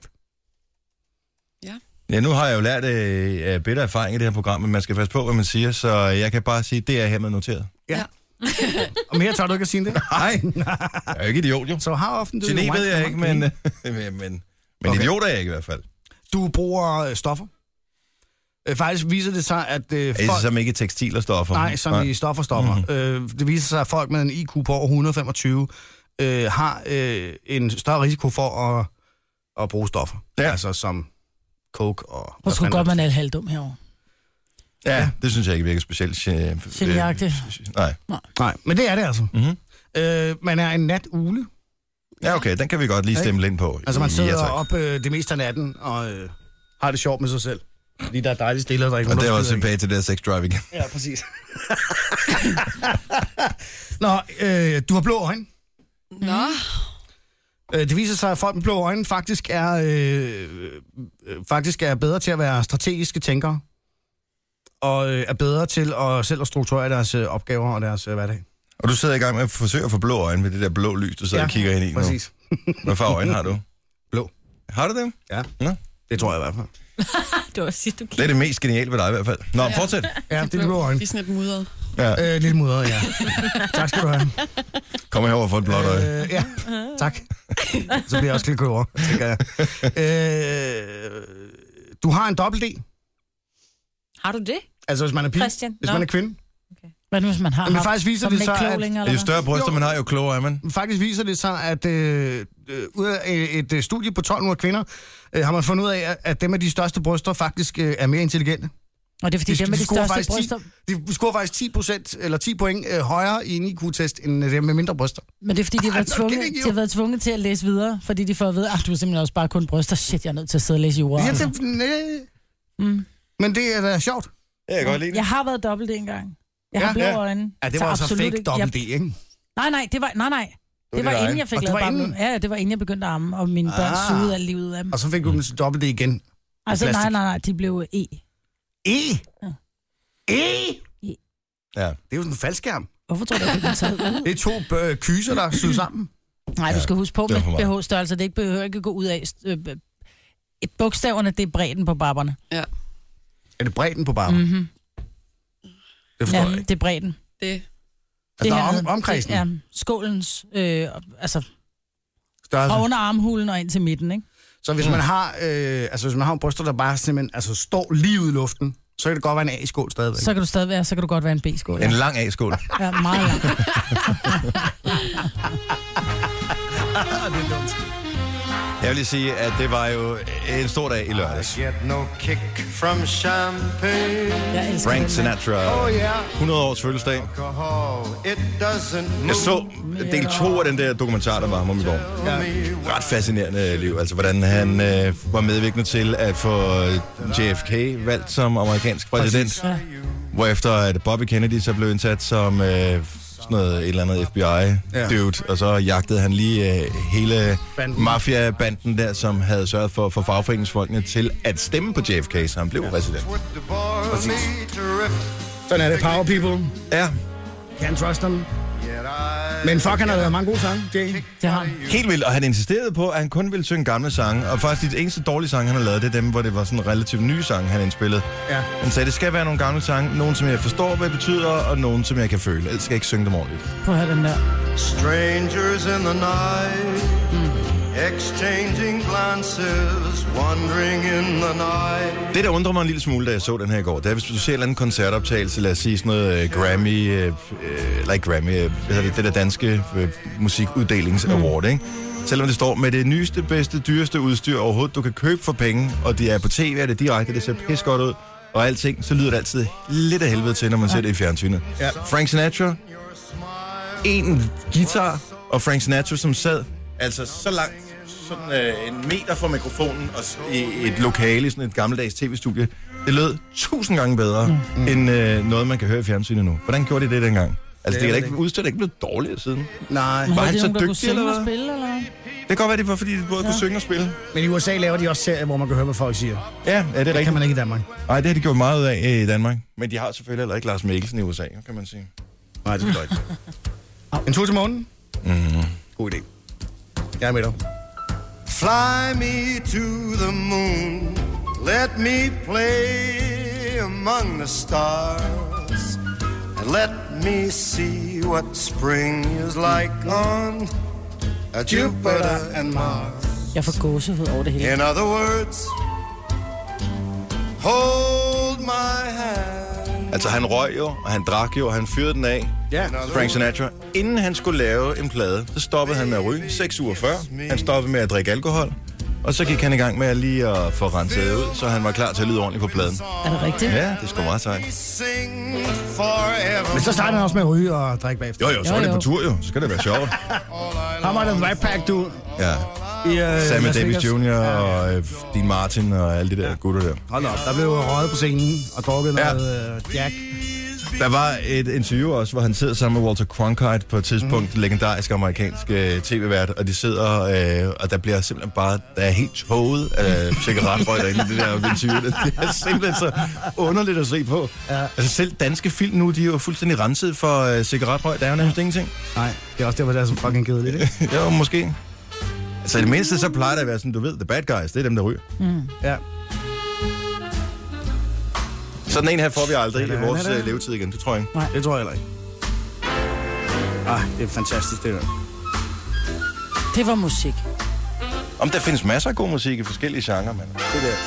Ja, nu har jeg jo lært af bitter erfaring i det her program, men man skal passe på, hvad man siger, så jeg kan bare sige, det er hermed noteret. Ja. Og mere tør du ikke at sige det? Nej, jeg er jo ikke idiot, jo. Så har often det. Geni ved jeg ikke, men okay. Idiot er jeg ikke i hvert fald. Du bruger stoffer. Faktisk viser det sig, at er det som ikke tekstil og stoffer? Nej, som i stoffer. Mm-hmm. Det viser sig, at folk med en IQ på over 125 har en større risiko for at bruge stoffer. Ja. Altså som coke og... Hvor skulle godt man er halvdum herovre? Ja, det synes jeg ikke virker specielt geniagtigt. Nej, men det er det altså. Mm-hmm. Man er en natugle. Ja, okay, den kan vi godt lige stemme ind på. Altså man sidder op det meste af natten og har det sjovt med sig selv. Fordi der er dejligt stille, og der er ikke nogen, og det er også tilbage til det sex drive igen. Ja, præcis. Nå, du har blå øjne. Nå. Det viser sig, at folk med blå øjne faktisk er bedre til at være strategiske tænkere. Og er bedre til selv at strukturere deres opgaver og deres hverdag. Og du sidder i gang med at forsøge at få blå øjne med det der blå lys, du sidder og kigger ind i nu. Præcis. Hvad farve øjne har du? Blå. Har du det? Ja. Nå? Det tror jeg i hvert fald. Det var sidst, du det er det mest geniale ved dig i hvert fald. Nå, fortsæt. Ja, det er de blå øjne. De er sådan lidt mudret. Ja. Lidt mudret, ja. Tak skal du have. Kom herover og få et blåt øje. Ja, tak. Så bliver jeg også lidt klogere, tænker jeg. Du har en dobbelt D. Har du det? Altså, hvis man er pige. Christian? Hvis man er kvinde. Okay. Hvad nu, hvis man har men faktisk viser det sig, at jo større bryster man har, jo klogere er man. Faktisk viser det sig, at ud af et studie på 1200 kvinder, har man fundet ud af, at dem med de største bryster faktisk er mere intelligente. Og det er fordi, dem med de største bryster... De scorer faktisk 10% eller 10 point højere i en IQ-test, end dem med mindre bryster. Men det er fordi, de har været tvunget til at læse videre, fordi de får at vide, at du er simpelthen også bare kun bryster. Shit, jeg er nødt til at sidde og læse jura. Ja, Men det er da sjovt. Ja, jeg kan godt lide det. Jeg har været dobbelt en gang. Jeg har blå øjne. Ja, det var altså fake dobbelt D, ikke? Nej, det var inden jeg fik lavet barnet. Ja, det var inden jeg begyndte at amme, og mine børn sugede alt livet af dem. Og så fik du dem dobbelt D igen. Altså, nej, de blev E. E? Ja. E? Ja. Det er jo sådan en faldskærm. Hvorfor tror du, at det er taget ud? Det er 2 kyser, der er syet sammen. Nej, du skal huske på med BH-størrelse. Det behøver ikke gå ud af... Bogstaverne, det er bredden på babberne. Ja. Er det bredden på barmen? Mm-hmm. Det forstår jeg ikke. det er bredden. Det Altså, der er omkredsen. Ja, skålens, altså Størrelse. fra under armhulen og ind til midten, ikke? Så hvis man har, hvis man har en bryster, der bare simpelthen står lige ude i luften, så kan det godt være en A-skål stadigvæk. Så kan du godt være en B-skål. En lang A-skål. Ja, meget lang. Det er dumt. Jeg vil lige sige, at det var jo en stor dag i lørdags. Jeg elsker Frank den. Sinatra. 100 års fødselsdag. Jeg så del 2 af den der dokumentar, der var ham om i går. Ret fascinerende liv. Altså, hvordan han var medvirkende til at få JFK valgt som amerikansk præsident. Ja. Hvorefter at Bobby Kennedy så blev indsat som sådan noget, et eller andet FBI-dude, og så jagtede han lige hele mafia-banden der, som havde sørget for at få fagforeningsfolkene til at stemme på JFK, så han blev præsident. Præcis. Sådan er det, power people. Ja, Can't trust them. Men fuck, han har lavet mange gode sange, Jay. Det har han. helt vildt, og han insisterede på, at han kun ville synge gamle sange, og faktisk de eneste dårlige sange, han har lavet, det er dem, hvor det var sådan relativt nye sange, han indspillede. Ja. Han sagde, det skal være nogle gamle sange, nogen som jeg forstår, hvad det betyder, og nogen som jeg kan føle, ellers skal jeg ikke synge dem ordentligt. Prøv at høre den der. Strangers in the night, exchanging glances, wandering in the night. Det, der undrer mig en lille smule, da jeg så den her i går, det er, hvis du ser en eller anden koncertoptagelse, lad os sige sådan noget Grammy, eller ikke Grammy, det der danske musikuddelings-award, ikke? Selvom det står med det nyeste, bedste, dyreste udstyr overhovedet, du kan købe for penge, og det er på tv, er det direkte, det ser pis godt ud, og alting, så lyder det altid lidt af helvede til, når man ser det i fjernsynet. Ja. Frank Sinatra, en guitar, og Frank Sinatra, som sad altså så langt, sådan en meter fra mikrofonen, og i et lokale, sådan et gammeldags tv-studie. Det lød 1000 gange bedre, end noget, man kan høre i fjernsynet nu. Hvordan gjorde de det dengang? Altså, det er ikke udstyret, ikke blevet dårligere siden. Nej. Var han de så nogen, der kunne dygtig, synge eller og hvad? spille, eller hvad? Det kan godt være, det var, fordi de både kunne synge og spille. Men i USA laver de også serier, hvor man kan høre, hvad folk siger. Ja, det er Det rigtigt. kan man ikke i Danmark. Nej, det har de gjort meget ud af i Danmark. Men de har selvfølgelig heller ikke Lars Mikkelsen i USA, kan man sige. Nej, det er ikke. En tur til månen? God idé. Jeg er med dig. Fly me to the moon, let me play among the stars, and let me see what spring is like on Jupiter and Mars. Jeg får gåsehud over det hele. In other words, hold my hand. Altså, han røg jo, og han drak jo, og han fyrede den af. Ja. Frank Sinatra. Inden han skulle lave en plade, så stoppede han med at ryge 6 uger før. Han stoppede med at drikke alkohol. Og så gik han i gang med at lige at få renset ud, så han var klar til at lyde ordentligt på pladen. Er det rigtigt? Ja, det er sgu meget sejt. Sing forever. Men så starter han også med at ryge og drikke bagefter. Jo, så er det på tur jo. Så skal det være sjovt. Han var den Rat Pack, du. Ja. Samuel Davis Jr. og Dean Martin og alle de der gutter der. Hold da op, der blev røget på scenen og drukket noget Jack. Der var et interview også, hvor han sidder sammen med Walter Cronkite på et tidspunkt, legendarisk amerikansk tv-vært, og de sidder, og der bliver simpelthen bare, der er helt tåget af cigaretrøg derinde i det der interview. Det er simpelthen så underligt at se på. Ja. Altså selv danske film nu, de er jo fuldstændig renset for cigaretrøg. Der er jo nærmest ingenting. Nej, det er også derfor, det er så fucking kedeligt, ikke? Ja, måske. Altså i det mindste, så plejer det at være sådan, du ved, the bad guys, det er dem, der ryger. Ja. Sådan en her får vi aldrig i vores levetid igen, det tror jeg ikke. Nej, det tror jeg heller ikke. Det er fantastisk, det der. Det var musik. Om der findes masser af god musik i forskellige genrer, mand. Det der.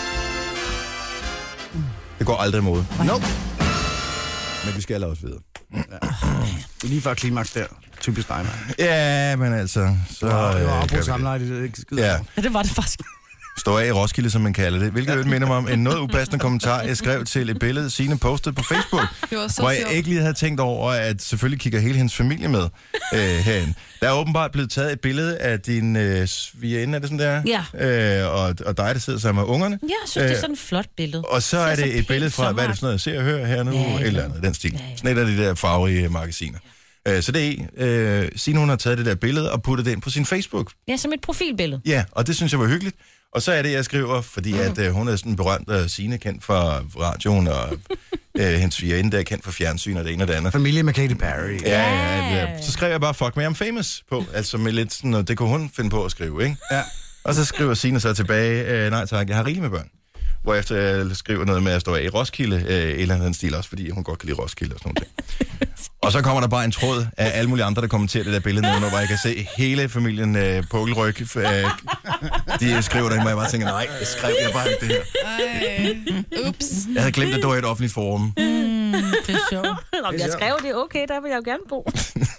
Det går aldrig imod. Nope. Men vi skal også videre. Det er lige før klimaks der. Typisk dig, mand. Ja, men altså, så Det var gør afbrudt vi det. samleje, det er ikke skide. Ja, Ja, det var det faktisk. stå af i Roskilde, som man kalder det. Hvilket minder mig om en noget upassende kommentar, jeg skrev til et billede, Signe postede på Facebook, Det var så hvor jeg sjovt. ikke lige havde tænkt over, at selvfølgelig kigger hele hendes familie med herinde. Der er åbenbart blevet taget et billede af din svigerinde, er det sådan der? Ja. Og dig, der sidder sammen med ungerne. Ja, jeg synes, det er sådan et flot billede. Og så er det et billede fra, hvad er det for noget, Se og Hør her nu, et eller andet, den stil. Sådan et af de der farverige magasiner. Så det er Signe, hun har taget det der billede og puttet det ind på sin Facebook. Ja, som et profilbillede. Ja, og det synes jeg var hyggeligt. Og så er det, jeg skriver, fordi at hun er sådan berømt, Signe kendt fra radioen, og hendes svigerinde, der er kendt fra fjernsyn og det ene og det andet. Familie med Katy Perry. Ja. Så skrev jeg bare, fuck me, I'm famous på. Altså med lidt sådan, og det kunne hun finde på at skrive, ikke? Ja. Og så skriver Signe så tilbage, nej tak, jeg har rigeligt med børn. Hvorefter jeg skriver noget med at stå af i Roskilde, et eller andet stil også, fordi hun godt kan lide Roskilde og sådan noget. Og så kommer der bare en tråd af alle mulige andre, der kommenterer det der billede nu, hvor jeg kan se hele familien Pukkelryg. De skriver der, og jeg bare tænker, nej, det skrev jeg bare ikke det her. Ups. Jeg havde glemt, at det var et offentligt forum. Det er sjovt. Nå, jeg skrev det, okay, der vil jeg jo gerne bo.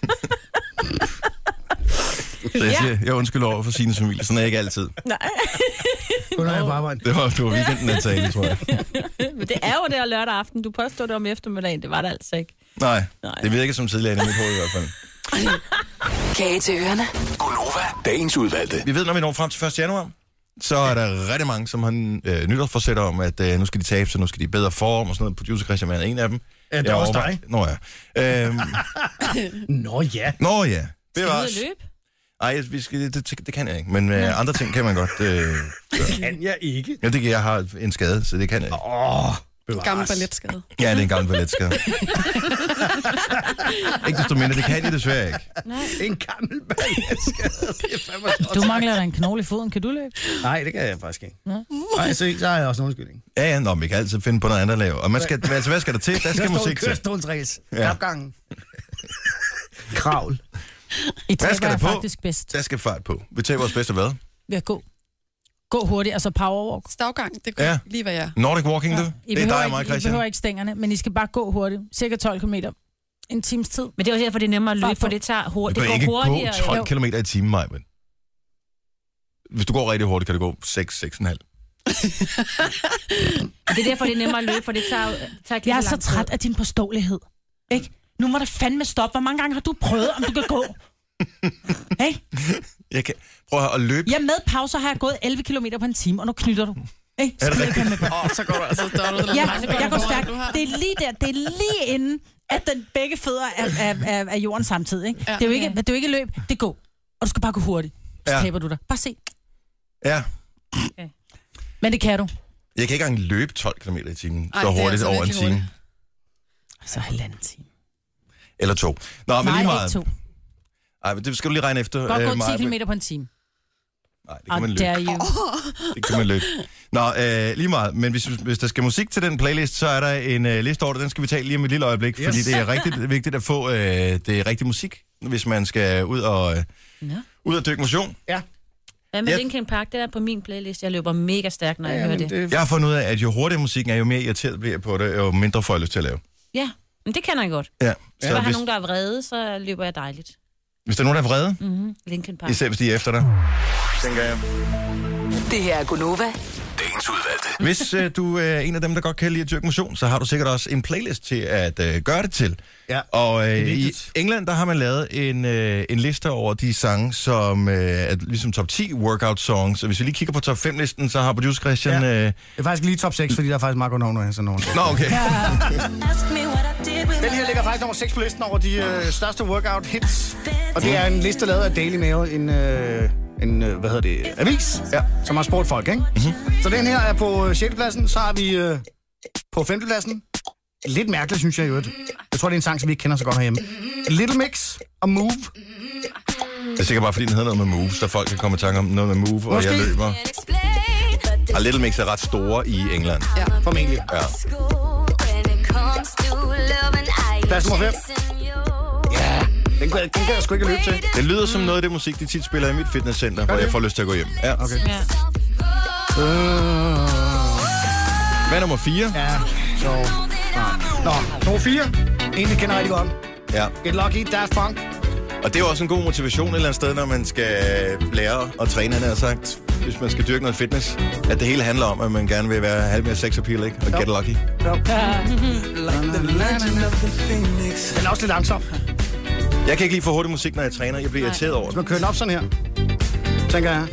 Så jeg siger, jeg undskylder over for Signes familie. Sådan er jeg ikke altid. Nej. Kun er jeg på arbejde. Det var weekenden, der talte, tror jeg. Men det er jo der lørdag aften. Du påstod det om eftermiddagen. Det var det altså ikke. Nej, det virker som tidligere i mit hoved i hvert fald. Kage til ørerne. Gonova, dagens udvalgte. Vi ved, når vi når frem til 1. januar, så er der rigtig mange, som har nytårsforsætter om, at nu skal de tabe sig, nu skal de i bedre form og sådan noget. Producer Christian er en af dem. Ja, det er også dig. Nå ja. Nå ja. Nå ja. Skal vi ud og løbe? Nej, det kan jeg ikke, men andre ting kan man godt. Kan jeg ikke? Ja, det kan jeg har en skade, så det kan jeg ikke. Gammel balletskade. Ja, det er en gammel balletskade. Ikke desto mindre, det kan jeg desværre ikke. Nej. En gammel balletskade. Du mangler da en knogle i foden, kan du løbe? Nej, det kan jeg faktisk ikke. Nej, så har jeg også en undskyldning. Ja, vi kan altid finde på noget andet at lave. Og man skal, altså, hvad skal der til? Der skal musik til. Kørestolsræs. Kapgangen. Kravl. Hvad skal der på? Faktisk bedst. Der skal fart på. Vi tager vores bedste hvad? Ved at gå. Gå hurtigt, altså powerwalk. Stavgang, det gør lige, hvad jeg er. Nordic walking, du? Det er dig og mig, I Christian. behøver ikke stængerne, men I skal bare gå hurtigt. Cirka 12 km. En times tid. Men det er også derfor, det er nemmere at løbe, for det tager hurtigt. Du Det kan går ikke hurtigere. gå 12 km i timen, Maja. Hvis du går rigtig hurtigt, kan det gå 6,5. Det er derfor, det er nemmere at løbe, for det tager Jeg er så træt af din påståelighed. Ikke? Nu må der fandme stoppe. Hvor mange gange har du prøvet, om du kan gå? Hey? Jeg kan prøve at løbe. Ja, med pauser har jeg gået 11 km på en time, og nu knytter du. Hey, er det rigtigt? Så går du altså jeg går stærkt. Det er lige der. Det er lige inden, at den begge fødder er jorden samtidig. Ikke? Ja. Det er jo ikke løb, det er gå. Og du skal bare gå hurtigt. Så taber du dig. Bare se. Ja. Okay. Men det kan du. Jeg kan ikke engang løbe 12 km i timen så hurtigt altså over en time. Hurtigt. Så halvanden time. Eller 2. Nå, men Nej, lige meget. ikke 2. Ej, men det skal du lige regne efter. Godt gå 10 km på en time. Nej, det kan man løbe. You. Det kan man løbe. Nå, lige meget. Men hvis der skal musik til den playlist, så er der en liste over det. Den skal vi tage lige om et lille øjeblik, fordi det er rigtig vigtigt at få det rigtige musik, hvis man skal ud og dykke motion. Ja. Hvad med Linkin Park? Det er på min playlist. Jeg løber mega stærkt, når jeg hører det. Jeg har fundet ud af, at jo hurtigere musikken er, jo mere irriteret bliver jeg på det, jo mindre får jeg lyst til at lave. Ja, men det kender jeg godt. Ja. Så hvis der er nogen, der er vrede, så løber jeg dejligt. Hvis der er nogen, der er vrede? Linkin Park. Især hvis de er efter dig, tænker jeg. Det her er Gonova. Dagens udvalgte. Hvis du er en af dem, der godt kan lide at dyrke motion, så har du sikkert også en playlist til at gøre det til. Ja, og i England, der har man lavet en liste over de sange, som er ligesom top 10 workout songs. Så hvis vi lige kigger på top 5-listen, så har producer Christian... det er faktisk lige top 6, fordi der er faktisk Marco Nono og sådan nogen. Nå, okay. Den her ligger faktisk nummer 6 på listen over de største workout hits. Og det er en liste lavet af Daily Mail, en avis, som har spurgt folk, ikke? Så den her er på 6. pladsen, så har vi på 5. pladsen. Lidt mærkeligt, synes jeg jo. Jeg tror, det er en sang, som vi ikke kender så godt herhjemme. Little Mix og Move. Det er sikkert bare, fordi den hedder noget med Move, så folk kan komme i tanke om noget med Move, og jeg løber. Og Little Mix er ret store i England. Ja, formentlig. Ja. Plads nummer 5. Ja, den kan jeg sgu ikke løbe til. Det lyder som noget af det musik, de tit spiller i mit fitnesscenter, hvor jeg får lyst til at gå hjem. Ja, okay. Ja. Hvad er nummer 4? Ja, så... Nå, nummer 4. En, vi kender rigtig godt. Ja. Get Lucky, Daft Punk. Og det er jo også en god motivation et eller andet sted, når man skal lære at træne, han har sagt, hvis man skal dyrke noget fitness, at det hele handler om, at man gerne vil være halv mere sex appeal, ikke? Og get lucky. Jo. Den er også lidt langsom. Jeg kan ikke lide for hurtig musik, når jeg træner. Jeg bliver irriteret over Hvis det. man kører den op sådan her, tænker jeg.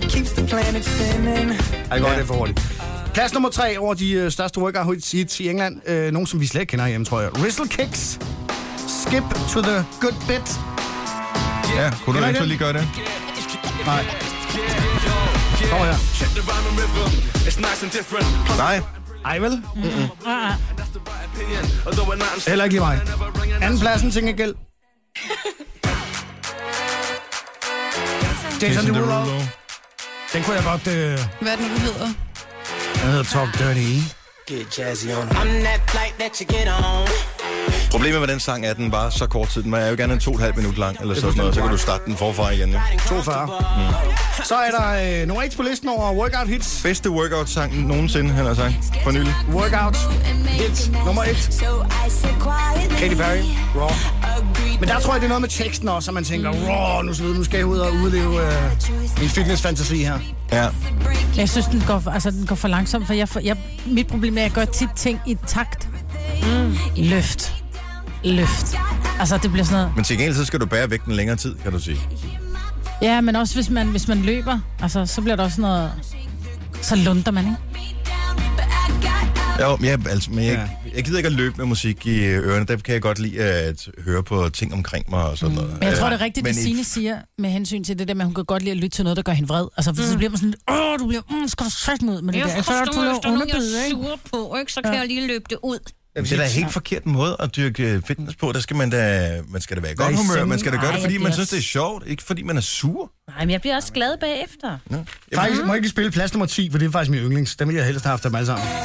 Ej, godt, det er for hurtigt. Plads nummer 3 over de største workout hits i England. Nogen, som vi slet ikke kender hjemme, tror jeg. Whistle Kicks. Skip to the good bit. Ja, kunne du eventuelt lige gøre det? Nej. Kom her. Nej. Ej, vel? Heller ikke lige mig. Anden pladsen, til gengæld. Jason Derulo. Den kunne jeg godt... Hvad er det nu, du hedder? Den hedder Talk Dirty. Get jazzy on. I'm that flight that you get on. Problemet med den sang er, at den var så kort tid. Den er jo gerne 2,5 minut lang, eller sådan noget. Så kan du starte den forfra igen. Ja. 42. Så er der nummer 1 på listen over workout hits. Bedste workout-sang nogensinde, han har sagt. For nylig. Workout hits. Nummer 1. Katy Perry. Raw. Men der tror jeg, det er noget med teksten også, at man tænker, raw, nu skal jeg ud og udleve en fitness-fantasi her. Ja. Jeg synes, den går for langsomt, for mit problem er, at jeg gør tit ting i takt. Løft. Altså, det bliver sådan noget... Men til gengæld, så skal du bære vægten længere tid, kan du sige. Ja, men også hvis man løber, altså, så bliver der også noget... Så lunder man, ikke? Jo, ja, altså, men jeg gider ikke at løbe med musik i ørerne. Der kan jeg godt lide at høre på ting omkring mig og sådan noget. Men jeg tror, det er rigtigt, det Signe siger med hensyn til det der med, at hun kan godt lide at lytte til noget, der gør hende vred. Altså, så bliver man sådan, du bliver, skal du sætte mig ud med det der. Så er du underbyde, ikke? Sur på, ikke? Så kan jeg lige løbe det ud. Det er da en helt forkert måde at dyrke fitness på. Der skal man skal da være i godt humør. Man skal da gøre det, fordi man synes, det er sjovt. Ikke fordi man er sur. Nej, men jeg bliver også glad bagefter. Ja. Faktisk må jeg ikke spille plads nummer 10, for det er faktisk min yndlings. Dem vil jeg helst have haft dem alle sammen.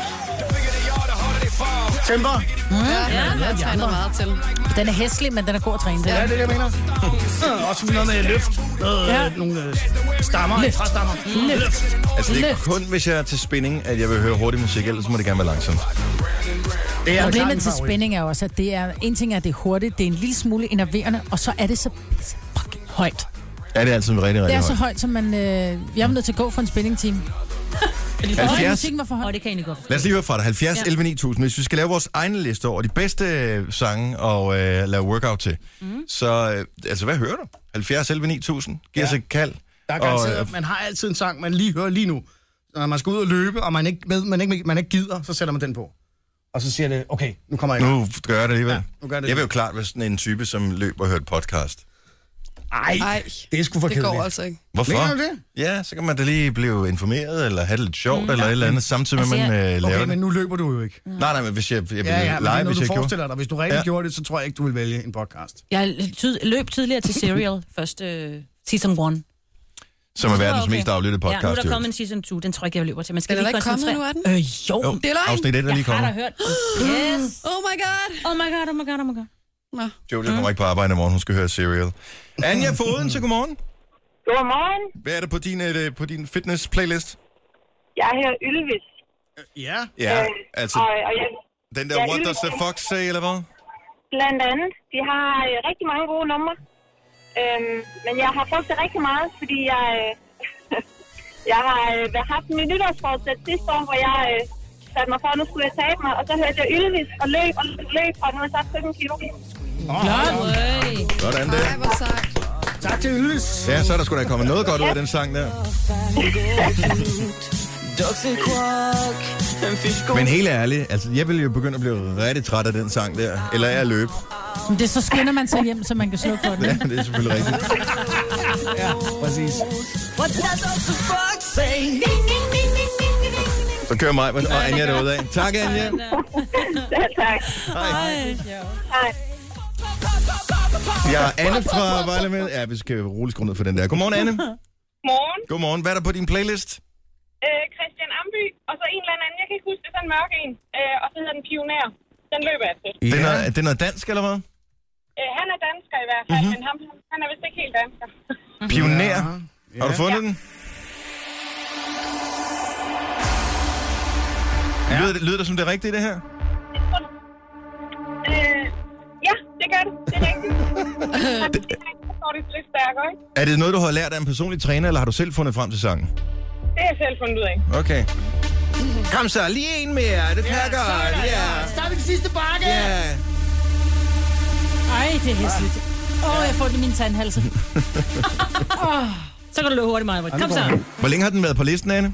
Temper. Jeg træner meget til. Den er hæslig, men den er god at træne til. Ja, det er det, jeg mener. Også noget med løft. Nogle stammer. Frastammer. Løft. Altså, det er kun, hvis jeg er til spinning, at jeg vil høre hurtig musik, ellers må det gerne være langsomt. Problemet til spænding er også, at det er en ting er, at det er hurtigt, det er en lille smule enerverende, og så er det så fucking højt. Ja, det er altid rigtig højt. Det er så højt, som man... Jeg er nødt til at gå for en spænding-team. 70. Det kan I godt. Lad os lige høre fra dig. 70 11 9000. Hvis vi skal lave vores egne liste over de bedste sange og lave workout til, så altså, hvad hører du? 70 11 9000. Giv os et kald. Der er garanteret, man har altid en sang, man lige hører lige nu. Når man skal ud og løbe, og man ikke gider, så sætter man den på. Og så siger det, okay, nu kommer jeg i gang. Nu gør jeg det alligevel. Ja, nu gør det. Jeg vil jo klart være sådan en type, som løber og hører et podcast. Ej, det er sgu for kedeligt. Det går altså ikke. Hvorfor? Mener du det? Ja, så kan man da lige blive informeret, eller have det lidt sjovt, eller et eller andet, samtidig med, at man laver okay, det. men nu løber du jo ikke. Nej, men hvis jeg ville men lege, når hvis du jeg forestiller dig, hvis du rigtig gjorde det, så tror jeg ikke, du vil vælge en podcast. Jeg løb tidligere til Serial, første season 1. Som er verdens mest aflyttede podcast. Ja, nu er der kommet en season 2, den tror jeg ikke, jeg løber til. Man skal den er ikke kommet nu, er den? Jo. Det er løgn. Afsnit 1 er lige kommet. Jeg har da hørt. Yes. Oh my god. Nå. Jojo kommer ikke på arbejde i morgen, hun skal høre Serial. Anja Foden, så godmorgen. Godmorgen. Hvad er det på din fitness-playlist? Jeg hører Ylvis. Ja. Ja, altså og den der What Does the Fox Say, eller hvad? Blandt andet. De har rigtig mange gode numre. Men jeg har brugt det rigtig meget, fordi jeg har haft min nytårsforsæt sidste år, hvor jeg satte mig for, at nu skulle jeg tabe mig, og så hørte jeg Ylvis og løb, og nu har jeg tabt 17 kilo. Sådan det. Ej, hvor sagt. Tak til Ylvis. Ja, så er der sgu da kommet noget godt ud af den sang der. Men helt ærligt, altså jeg ville jo begynde at blive rigtig træt af den sang der, eller af at løbe. Men det så skynder man sig hjem, så man kan slukke for den. Ja, det er selvfølgelig rigtigt. Ja, præcis. Så kører mig og Anja derudad. Tak, Anja. Ja, tak. Hej. Hej. Ja, Anne fra Vejle med. Ja, vi skal roligt skrue ned for den der. Godmorgen, Anne. Morgen. Godmorgen. Hvad er der på din playlist? Christian Amby, og så en eller anden, jeg kan ikke huske, det er sådan en mørk en, og så hedder den Pioner. Den løber jeg til. Det er noget dansk, eller hvad? Han er dansker i hvert fald, men han er vist ikke helt dansker. Pioner. Har du fundet den? Ja. Lyder det som det rigtige, det her? Ja, det gør det. Det er rigtigt. Lidt stærkere, ikke? Er det noget, du har lært af en personlig træner, eller har du selv fundet frem til sangen? Det har jeg selv fundet ud af. Okay. Kom så, lige en mere. Det tager godt. Ja. Start i den sidste bakke. Ja. Ej, det er hæsligt. Jeg får det i min tandhalse. Så kan du løbe hurtigt, Maja. Kom så. Hvor længe har den været på listen, Anne?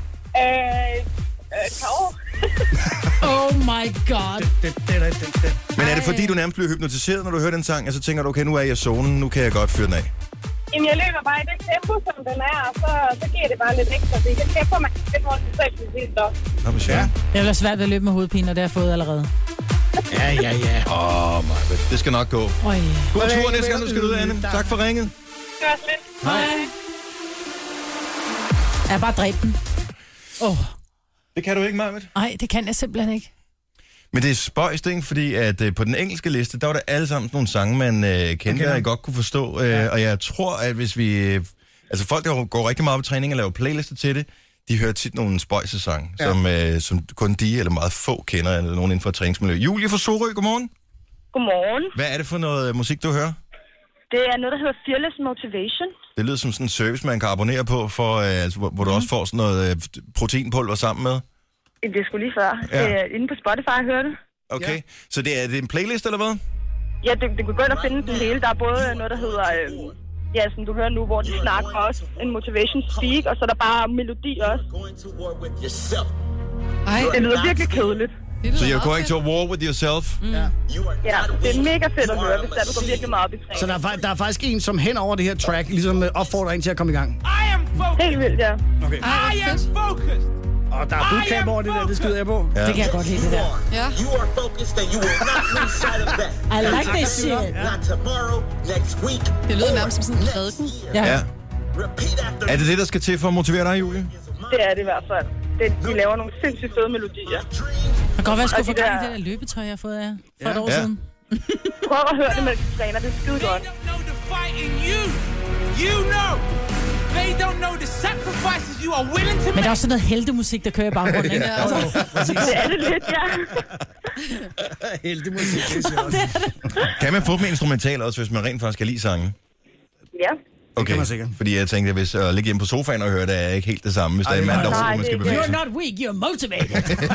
Et par år. Oh my god. Men er det fordi, du nærmest bliver hypnotiseret, når du hører den sang, og så tænker du, okay, nu er jeg i zonen, nu kan jeg godt fyre den af? Jamen, jeg løber bare i det tempo, som den er, og så giver det bare lidt ekstra. Så jeg tempo, man kan lidt rundt til selv til sidst også. Nå, men ja. Det er svært ved at løbe med hovedpine, og det har jeg fået allerede. Ja. Det skal nok gå. God tur næste gang, du skal ud, Anne. Tak for ringet. Det var lidt. Hej. Jeg har bare dræbt den. Det kan du ikke, Marvitt? Nej, det kan jeg simpelthen ikke. Men det er spøjst, ikke? Fordi at på den engelske liste, der var der alle sammen nogle sange, man kendte, og jeg godt kunne forstå. Og jeg tror, at hvis vi... altså folk, der går rigtig meget på træning og laver playlister til det, de hører tit nogle spøjsesange, som kun de eller meget få kender, eller nogen inden for træningsmiljø. Julie fra Sorø, godmorgen. Godmorgen. Hvad er det for noget musik, du hører? Det er noget, der hedder Fearless Motivation. Det lyder som sådan en service, man kan abonnere på, for, hvor du også får sådan noget proteinpulver sammen med. Det skulle lige før. Ja. Inde på Spotify, jeg hørte det. Okay, så det er en playlist, eller hvad? Ja, det kunne gå ind og finde den hele. Der er både noget, der hedder... som du hører nu, hvor de snakker også. En motivation speak, og så er der bare melodi også. Ej, det lyder virkelig kedeligt. So you're going to a war with yourself? Ja, det er mega fedt at høre, hvis du går virkelig meget op i træning. Så der er faktisk en, som hen over det her track, ligesom opfordrer en til at komme i gang. Helt vildt, ja. Okay. I am focused. Og der er bootcamp over det der, det skyder jeg på. Ja. Det kan jeg godt lide, det der. Ja. I like this shit. Det lyder nærmest som sådan en prædiken. Ja. Er det det, der skal til for at motivere dig, Julie? Det er det i hvert fald. De laver nogle sindssygt fede melodier. Det kan godt være, at jeg skulle få gang i det der løbetøj, jeg har fået af for et år siden. Prøv at høre det, mens du træner. Det er skide godt. Men der er også sådan noget heltemusik, der kører i baggrunden, ikke? Det er det lidt, ja. Heltemusik, det er sjovt. Kan man få dem instrumentale også, hvis man rent faktisk kan lide sangen? Ja. Okay, fordi jeg tænkte, at hvis at ligge hjemme på sofaen og høre det, er ikke helt det samme, hvis der er en mand, der man skal bevæge sig. You're not weak, you're motivated.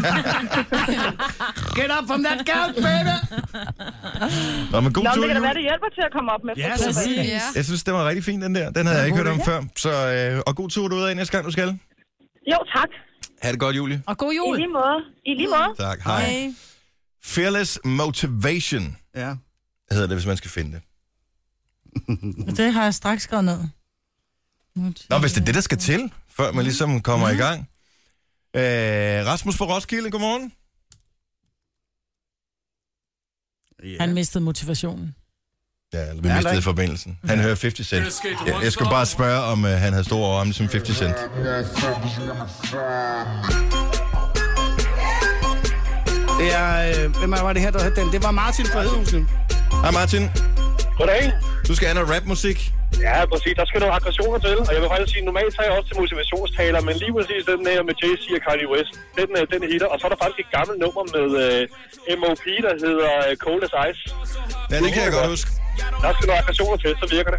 Get up from that couch, baby! Nå, men god tur, det kan da være, det hjælper til at komme op med. Ja, præcis. Ja. Jeg synes, det var rigtig fint, den der. Den havde jeg ikke hørt om før. Så, og god tur derude af næste gang, du skal. Jo, tak. Ha' det godt, Julie. Og god jul. I lige måde. I lige måde. Tak, hej. Fearless Motivation hedder det, hvis man skal finde det. Det har jeg straks skrevet ned. Nå, hvis det er det, der skal til, før man ligesom kommer i gang. Rasmus fra Roskilde, godmorgen. Han mistede motivationen. Ja, vi mistede forbindelsen. Han hører 50 Cent. Jeg skulle bare spørge, om han havde store arme som 50 Cent. Det er... hvem var det her, der havde den? Det var Martin fra Hedhusen. Hej Martin. Goddag. Du skal have noget rapmusik. Ja, præcis. Der skal nogle aggressioner til. Og jeg vil faktisk sige, normalt tager jeg også til motivationstaler, men lige præcis den her med Jay-Z og Kanye West, den hitter. Og så er der faktisk et gammelt nummer med M.O.P., der hedder Cold as Ice. Ja, det kan jeg godt huske. Der skal nogle aggressioner til, så virker det.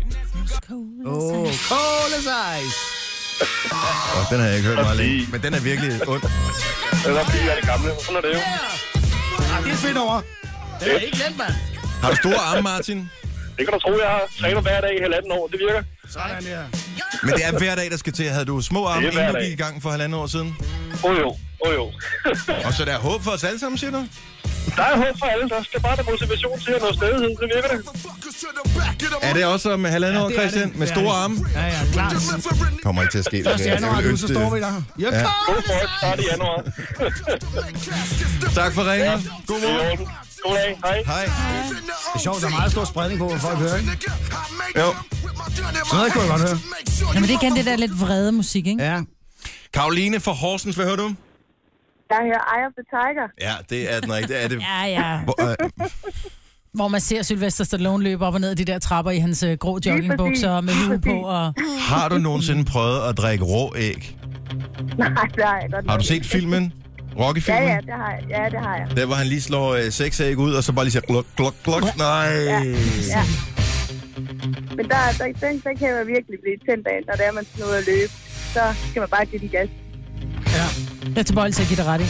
Cold as Ice. Den har jeg ikke hørt meget længe, men den er virkelig ond. Det er fordi, jeg er det gamle. Sådan er det jo. Det er fedt over. Det er ikke let, mand. Har du store arme, Martin? Det kan du tro, jeg har trænet hver dag i 1,5 år. Det virker. Sådan, ja. Men det er hver dag, der skal til. Havde du små arme, inden du gik i gang for 1,5 år siden? Jo. Og så der er håb for os alle sammen, siger du? Der er håb for alle. Der skal bare der motivation til at nå stedighed. Det virker det. Er det også om 1,5 år, Christian? Med store arme? Ja, klart. Kommer ikke til at ske. 1. januar, nu, så står vi der. Ja. God folk, start i januar. Tak for ringen. God morgen. God dag. Hej. Det er sjovt, der er meget stor spredning på, hvad folk hører, ikke? Jo. Sådan noget kunne jeg godt høre. Jamen det er igen det der lidt vrede musik, ikke? Ja. Karoline fra Horsens, hvad hører du? Jeg hører Eye of the Tiger. Ja, det er den rigtige. Er det... Ja. Hvor man ser Sylvester Stallone løbe op og ned de der trapper i hans grå joggingbukser med hue på. Og... Har du nogensinde prøvet at drikke rå æg? Nej, det har jeg godt. Har du set filmen? Rocky-filmen? Ja, det har jeg. Der, hvor han lige slår 6 æg ud, og så bare lige siger glok, glok, glok. Nej. Ja. Men den kan jo virkelig blive tændt af, når det er, man skal ud og løbe. Så skal man bare give de gas. Ja. Jeg er tilbøjelig til at give det ret i.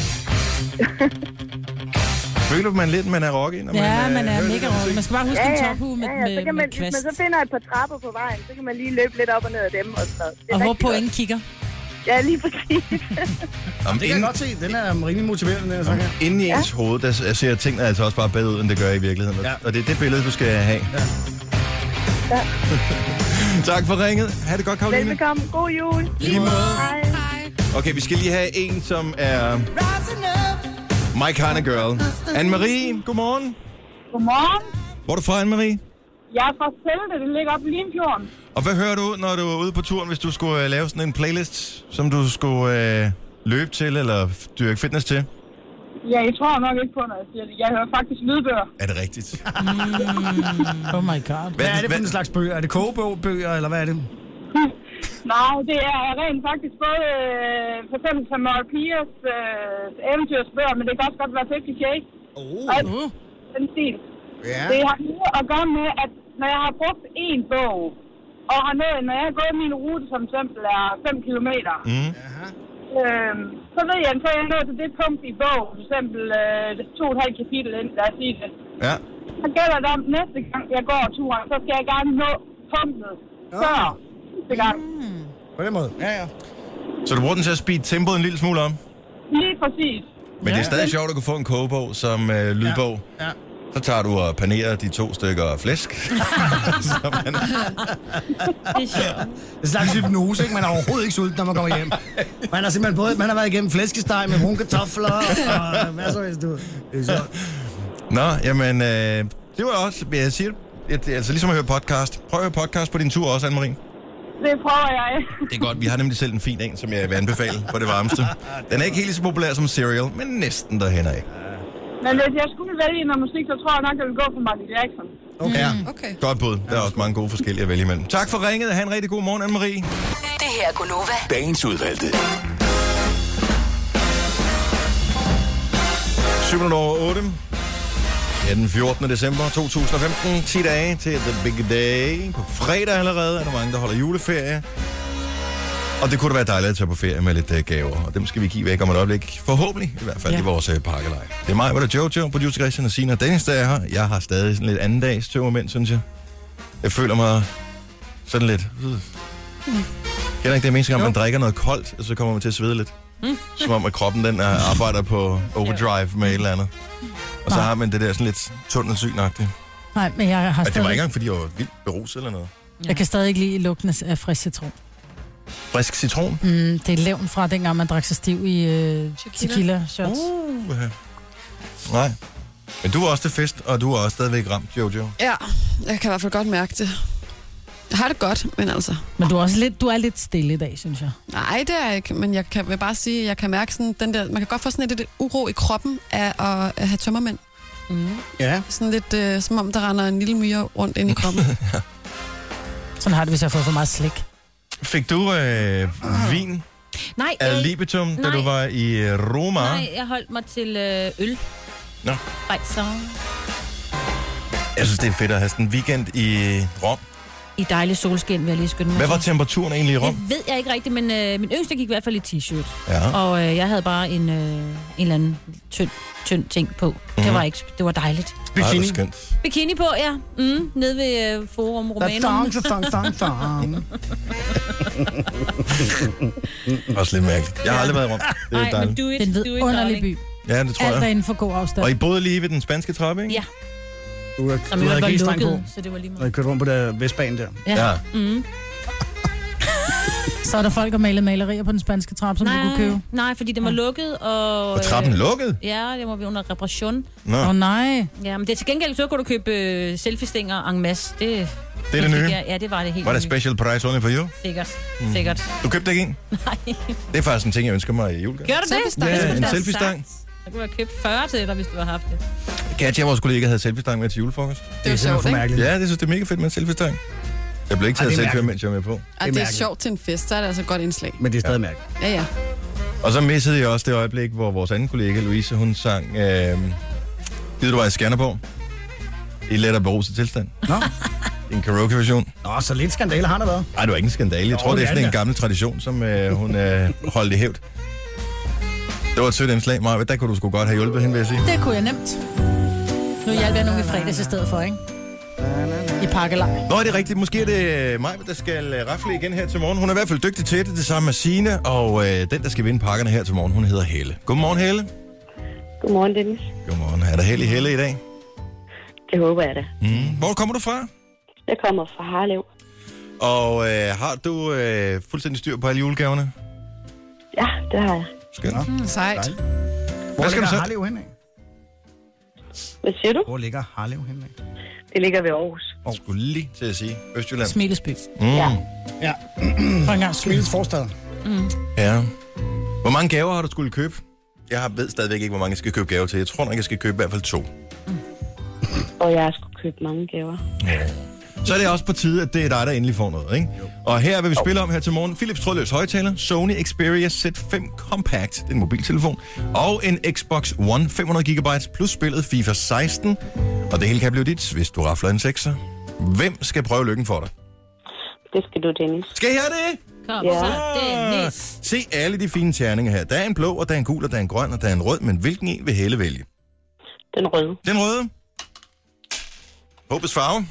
Føler man lidt, man er Rocky? Når man er mega Rocky. Man skal bare huske en tophue med så kan man, kvast. Hvis man så finder et par trapper på vejen, så kan man lige løbe lidt op og ned af dem. Og hvor på ingen kigger. Ja, lige præcis. Det kan jeg godt se. Den er rimelig motiverende, den her. Inden i ens hoved, der ser tingene altså også bare bedre ud, end det gør i virkeligheden. Ja. Og det er det billede, du skal have. Ja. Tak for ringet. Ha' det godt, Karoline. Velbekomme. God jul. Lige måde. Hej. Okay, vi skal lige have en, som er my kind of girl. Anne-Marie, godmorgen. Godmorgen. Hvor er du fra, Anne-Marie? Jeg er fra Selde. Den ligger oppe i Limfjorden. Og hvad hører du, når du er ude på turen, hvis du skulle lave sådan en playlist, som du skulle løbe til, eller dyrke fitness til? Ja, jeg tror nok ikke på, når jeg siger det. Jeg hører faktisk lydbøger. Er det rigtigt? Oh my god. Hvad er det for en slags bøger? Er det kogebøger, eller hvad er det? Nej, det er rent faktisk både for eksempel Tamara Piers eventyrsbøger, men det kan også godt være 50 Shades. Den stil. Yeah. Det har noget at gøre med, at når jeg har brugt en bog, og når jeg har gået min rute, som eksempel er 5 kilometer, så ved jeg, at jeg er nået til det punkt i bog, for eksempel 2,5 kapitel ind, lad os sige det. Ja. Så gælder det om næste gang, jeg går turen, så skal jeg gerne nå punktet før næste gang. På den måde. Ja. Så du bruger den til at speede tempoet en lille smule om? Lige præcis. Men det er stadig sjovt at kunne få en kogebog som lydbog. Ja. Så tager du og panerer de 2 stykker flæsk. Det er sjovt. Det er en slags hypnose, ikke? Man er overhovedet ikke sulten, når man kommer hjem. Man har simpelthen man har været igennem flæskesteg med brune kartofler og hvad så helst, du. Det er sjovt. Nå, jamen, det var også, jeg siger altså ligesom at høre podcast. Prøv at høre podcast på din tur også, Anne-Marie. Det prøver jeg. Det er godt, vi har nemlig selv en fin en, som jeg vil anbefale på det varmeste. Den er ikke helt så populær som Serial, men næsten derhen af. Men hvis jeg skulle vælge noget musik, så tror jeg nok, jeg vil gå for Michael Jackson. Okay. Godt bud. Der er også mange gode forskellige at vælge imellem. Tak for ringet. Ha' en rigtig god morgen, Anne-Marie. Det her er Gunova. Dagens udvalgte. 7:08. Det er den 14. december 2015. 10 dage til The Big Day. På fredag allerede er der mange, der holder juleferie. Og det kunne da være dejligt at tage på ferie med lidt gaver. Og dem skal vi give væk om et øjeblik. Forhåbentlig, i hvert fald i vores pakkelej. Det er mig, hvor der Jojo, producer Christian og Sina og Dennis, der er her. Jeg har stadig sådan lidt anden dags tømmermænd, synes jeg. Jeg føler mig sådan lidt... Kender ikke det mindste gang, man drikker noget koldt, og så kommer man til at svede lidt. Som om, at kroppen den arbejder på overdrive med et eller andet. Og så har man det der sådan lidt tunnelsynagtigt. Nej, men jeg har stadig... Det var ikke engang, fordi jeg var vildt beruset eller noget. Jeg kan stadig ikke lide lugten af frisk citron. Frisk citron? Det er levn fra dengang, man drak sig stiv i tequila shots. Nej. Men du var også til fest, og du er også stadigvæk ramt, Jojo. Ja, jeg kan i hvert fald godt mærke det. Jeg har det godt, men altså... Men du er lidt stille i dag, synes jeg. Nej, det er jeg ikke, men jeg vil bare sige, at jeg kan mærke sådan den der... Man kan godt få sådan lidt uro i kroppen af at have tømmermænd. Ja. Sådan lidt som om, der render en lille myre rundt ind i kroppen. Ja. Sådan har det, hvis jeg har fået for meget slik. Fik du vin Nej, ad libitum, da du var i Roma? Nej, jeg holdt mig til øl. Nå. Så. Jeg synes, det er fedt at have sådan en weekend i Rom. I dejlig solskin, vil jeg lige skynde mig. Hvad var temperaturen egentlig i Rom? Det ved jeg ikke rigtigt, men min yngste gik i hvert fald i t-shirt. Ja. Og jeg havde bare en eller anden tynd ting på. Det var dejligt. Bikini. Bikini på, ja. Nede ved Forum Romanum. Også lidt mærkeligt. Jeg har aldrig været i Rom. Det er dejligt. Det er en vidunderlig by. Ja, det tror jeg. Alt er inden for god afstand. Og I boede lige ved den spanske trappe, ikke? Ja. Du havde G-streng på, så det var lige meget. Og I kørte rundt på der Vestbanen der. Ja. Så er der folk, der malede malerier på den spanske trappe, som du kunne købe? Nej, fordi den var lukket, og... Og trappen lukket? Ja, det var under reparation. Nej. Ja, men det er til gengæld, så kunne du købe selfie-stænger en masse. Det er det nye? Ja, det var det helt Var det special price only for you? Sikkert. Du købte ikke en? Nej. Det er faktisk en ting, jeg ønsker mig i julegave. Gør du det? Ja, en selfie-stang. Så kunne jeg købe 40 til dig, hvis du har haft det. Katja, vores kollega, havde selfie-stang med til julefrokost. Det er sjovt, ikke? Ja, det synes det er mega fedt med en selfie-stang. Jeg blev ikke taget selfie, mens jeg var med på. Det er sjovt til en fest, så er det altså et godt indslag. Men det er stadig mærkeligt. Ja. Og så missede jeg også det øjeblik, hvor vores anden kollega, Louise, hun sang Gider du var i Skanderborg? I let og beruset tilstand. Nå. En karaoke-version. Nå, så lidt skandale har der været. Nej, det var ikke en skandale. Jeg tror, det er sådan en gammel tradition, som hun holdt i hævd. Det var et sødt indslag, Maja. Der kunne du sgu godt have hjulpet hende, vil jeg sige. Det kunne jeg nemt. Nu hjælper jeg nogen i fredags i stedet for, ikke? I pakkelej. Nå, er det rigtigt? Måske er det Maja, der skal rafle igen her til morgen. Hun er i hvert fald dygtig til det samme med Signe, og den, der skal vinde pakkerne her til morgen, hun hedder Helle. Godmorgen, Helle. Godmorgen, Dennis. Godmorgen. Er der held i Helle i dag? Det håber jeg da. Hvor kommer du fra? Jeg kommer fra Harlev. Og har du fuldstændig styr på alle julegaverne? Ja, det har jeg. Skønt. Sejt. Hvor ligger Harlev henne? Hvad siger du? Hvor ligger Harlev henne? Det ligger ved Aarhus. Skulle lige til at sige Østjylland. Smilesby. Ja. For en gang Smiles forstad. Ja. Hvor mange gaver har du skulle købe? Jeg ved stadigvæk ikke, hvor mange jeg skal købe gaver til. Jeg tror nok, jeg skal købe i hvert fald 2. Og jeg skulle købe mange gaver. Ja. Så er det også på tide, at det er dig, der endelig får noget, ikke? Jo. Og her vil vi spille om her til morgen. Philips trådløs højttaler, Sony Xperia Z5 Compact, det er en mobiltelefon, og en Xbox One 500 GB plus spillet FIFA 16. Og det hele kan blive dit, hvis du rafler en 6'er. Hvem skal prøve lykken for dig? Det skal du, Dennis. Skal jeg det? Kom så, Dennis. Se alle de fine terninger her. Der er en blå, og der er en gul, og der er en grøn, og der er en rød, men hvilken en vil Helle vælge? Den røde. Den røde. Håbets farve.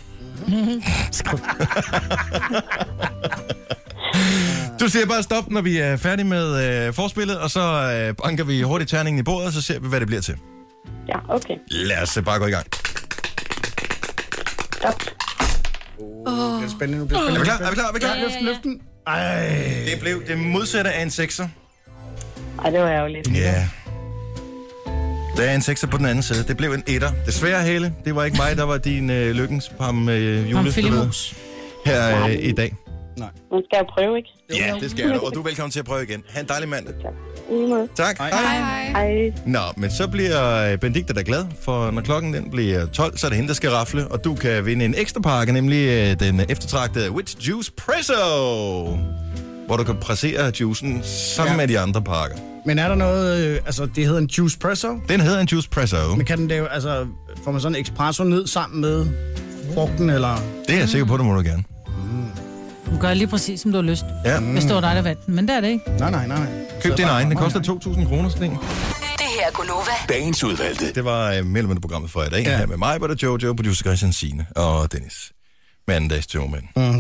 Du siger bare stop, når vi er færdige med forspillet, og så banker vi hurtigt terningen i bordet, og så ser vi, hvad det bliver til. Ja, okay. Lad os bare gå i gang. Stop. Det er spændende. Nu bliver Er vi klar? Er vi klar? Er vi klar? Løften. Ej. Det blev det modsatte af en 6'er. Ej, det var ærgerligt. Ja. Der er en 6'er på den anden side. Det blev en 1'er. Desværre, Helle. Det var ikke mig, der var din lykkens julestykke her i dag. Nej. Man skal jo prøve, ikke? Ja, det skal du. Og du er velkommen til at prøve igen. Ha' en dejlig mandag. Tak. Hej. Nå, men så bliver Benedikte da glad, for når klokken den bliver 12, så er det hende, der skal rafle, og du kan vinde en ekstra pakke, nemlig den eftertragtede Witch Juice Presso, hvor du kan pressere juicen sammen med de andre pakker. Men er der noget, altså det hedder en Juice Presso? Den hedder en Juice Presso. Men kan den lave, altså får man sådan en espresso ned sammen med frugten, eller? Det er jeg sikker på, det må du gerne. Du gør lige præcis, som du har lyst. Ja. Hvis det var dig, der vandt den. Men det er det ikke. Nej. Køb din egen. Den koster 2.000 kroner, sådan en. Det her er Gunova. Dagens udvalgte. Det var mellem programmet for i dag. Her med mig, var Jojo, producer Christian Signe og Dennis. Mandags tømmermænd.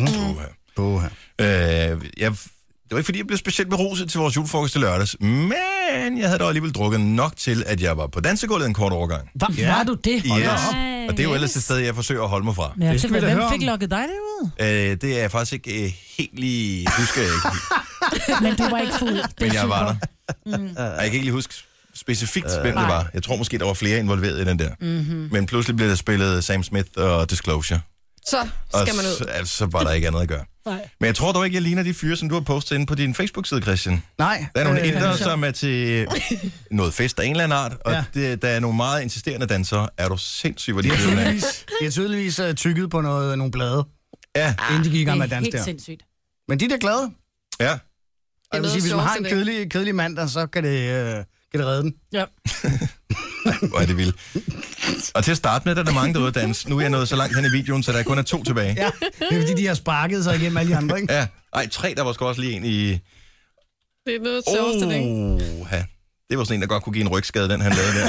Det var ikke fordi, jeg blev specielt beruset til vores julefrokost til lørdags, men jeg havde dog alligevel drukket nok til, at jeg var på dansegulvet en kort overgang. Var du det? Yes. Og det er jo ellers et sted, jeg forsøger at holde mig fra. Ja, hvem fik lukket dig derud? Det er jeg faktisk ikke helt lige... Husker jeg ikke. Men du var ikke fuld. Men jeg var der. Jeg kan ikke lige huske specifikt, hvem det var. Jeg tror måske, der var flere involveret i den der. Men pludselig blev der spillet Sam Smith og Disclosure. Så skal man ud. Og så var der ikke andet at gøre. Nej. Men jeg tror dog ikke, jeg ligner de fyre, som du har postet inde på din Facebook-side, Christian. Nej. Der er nogle indre, som er til noget fest af en eller anden art, og der er nogle meget insisterende dansere. Er du sindssyg, hvor de er tydeligvis tykket på nogle blade. Ja. Inden de gik i gang med at danse der. der. Sindssygt. Men de er glade. Ja. Og jeg vil sige, hvis man har en kedelig mandag, så kan det redde den. Ja. Hvor er det vildt. Og til at starte med, der er der mange, der er ude at danse. Nu er jeg nået så langt hen i videoen, så der kun er 2 tilbage. Ja, det er fordi, de har sparket sig igennem alle de andre, ikke? Ja. Ej, 3, der var sgu også lige en i... Det er noget sjoveste, ikke? Ja. Det var sådan en, der godt kunne give en rygskade, den han lavede der.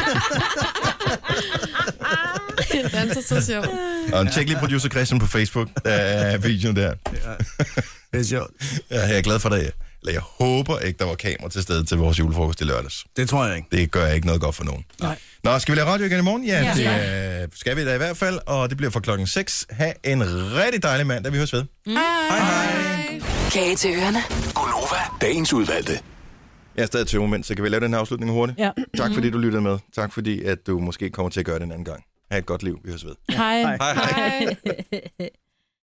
Det er så sjovt. Og tjek lige producer Christian på Facebook. Der er videoen der. Det er sjovt. Ja, jeg er glad for det. Eller jeg håber ikke, der var kamera til stede til vores julefrokost i lørdags. Det tror jeg ikke. Det gør ikke noget godt for nogen. Nej. Nå, skal vi lave radio igen i morgen? Ja, det skal vi da i hvert fald. Og det bliver fra klokken 6. Ha' en rigtig dejlig mandag. Vi høres ved. Hej. Kage til ørerne. Gunova, dagens udvalgte. Jeg er stadig til moment, så kan vi lave den her afslutning hurtigt? Ja. Tak fordi du lyttede med. Tak fordi, at du måske kommer til at gøre det en anden gang. Ha' et godt liv. Vi høres ved. Hej. Hej.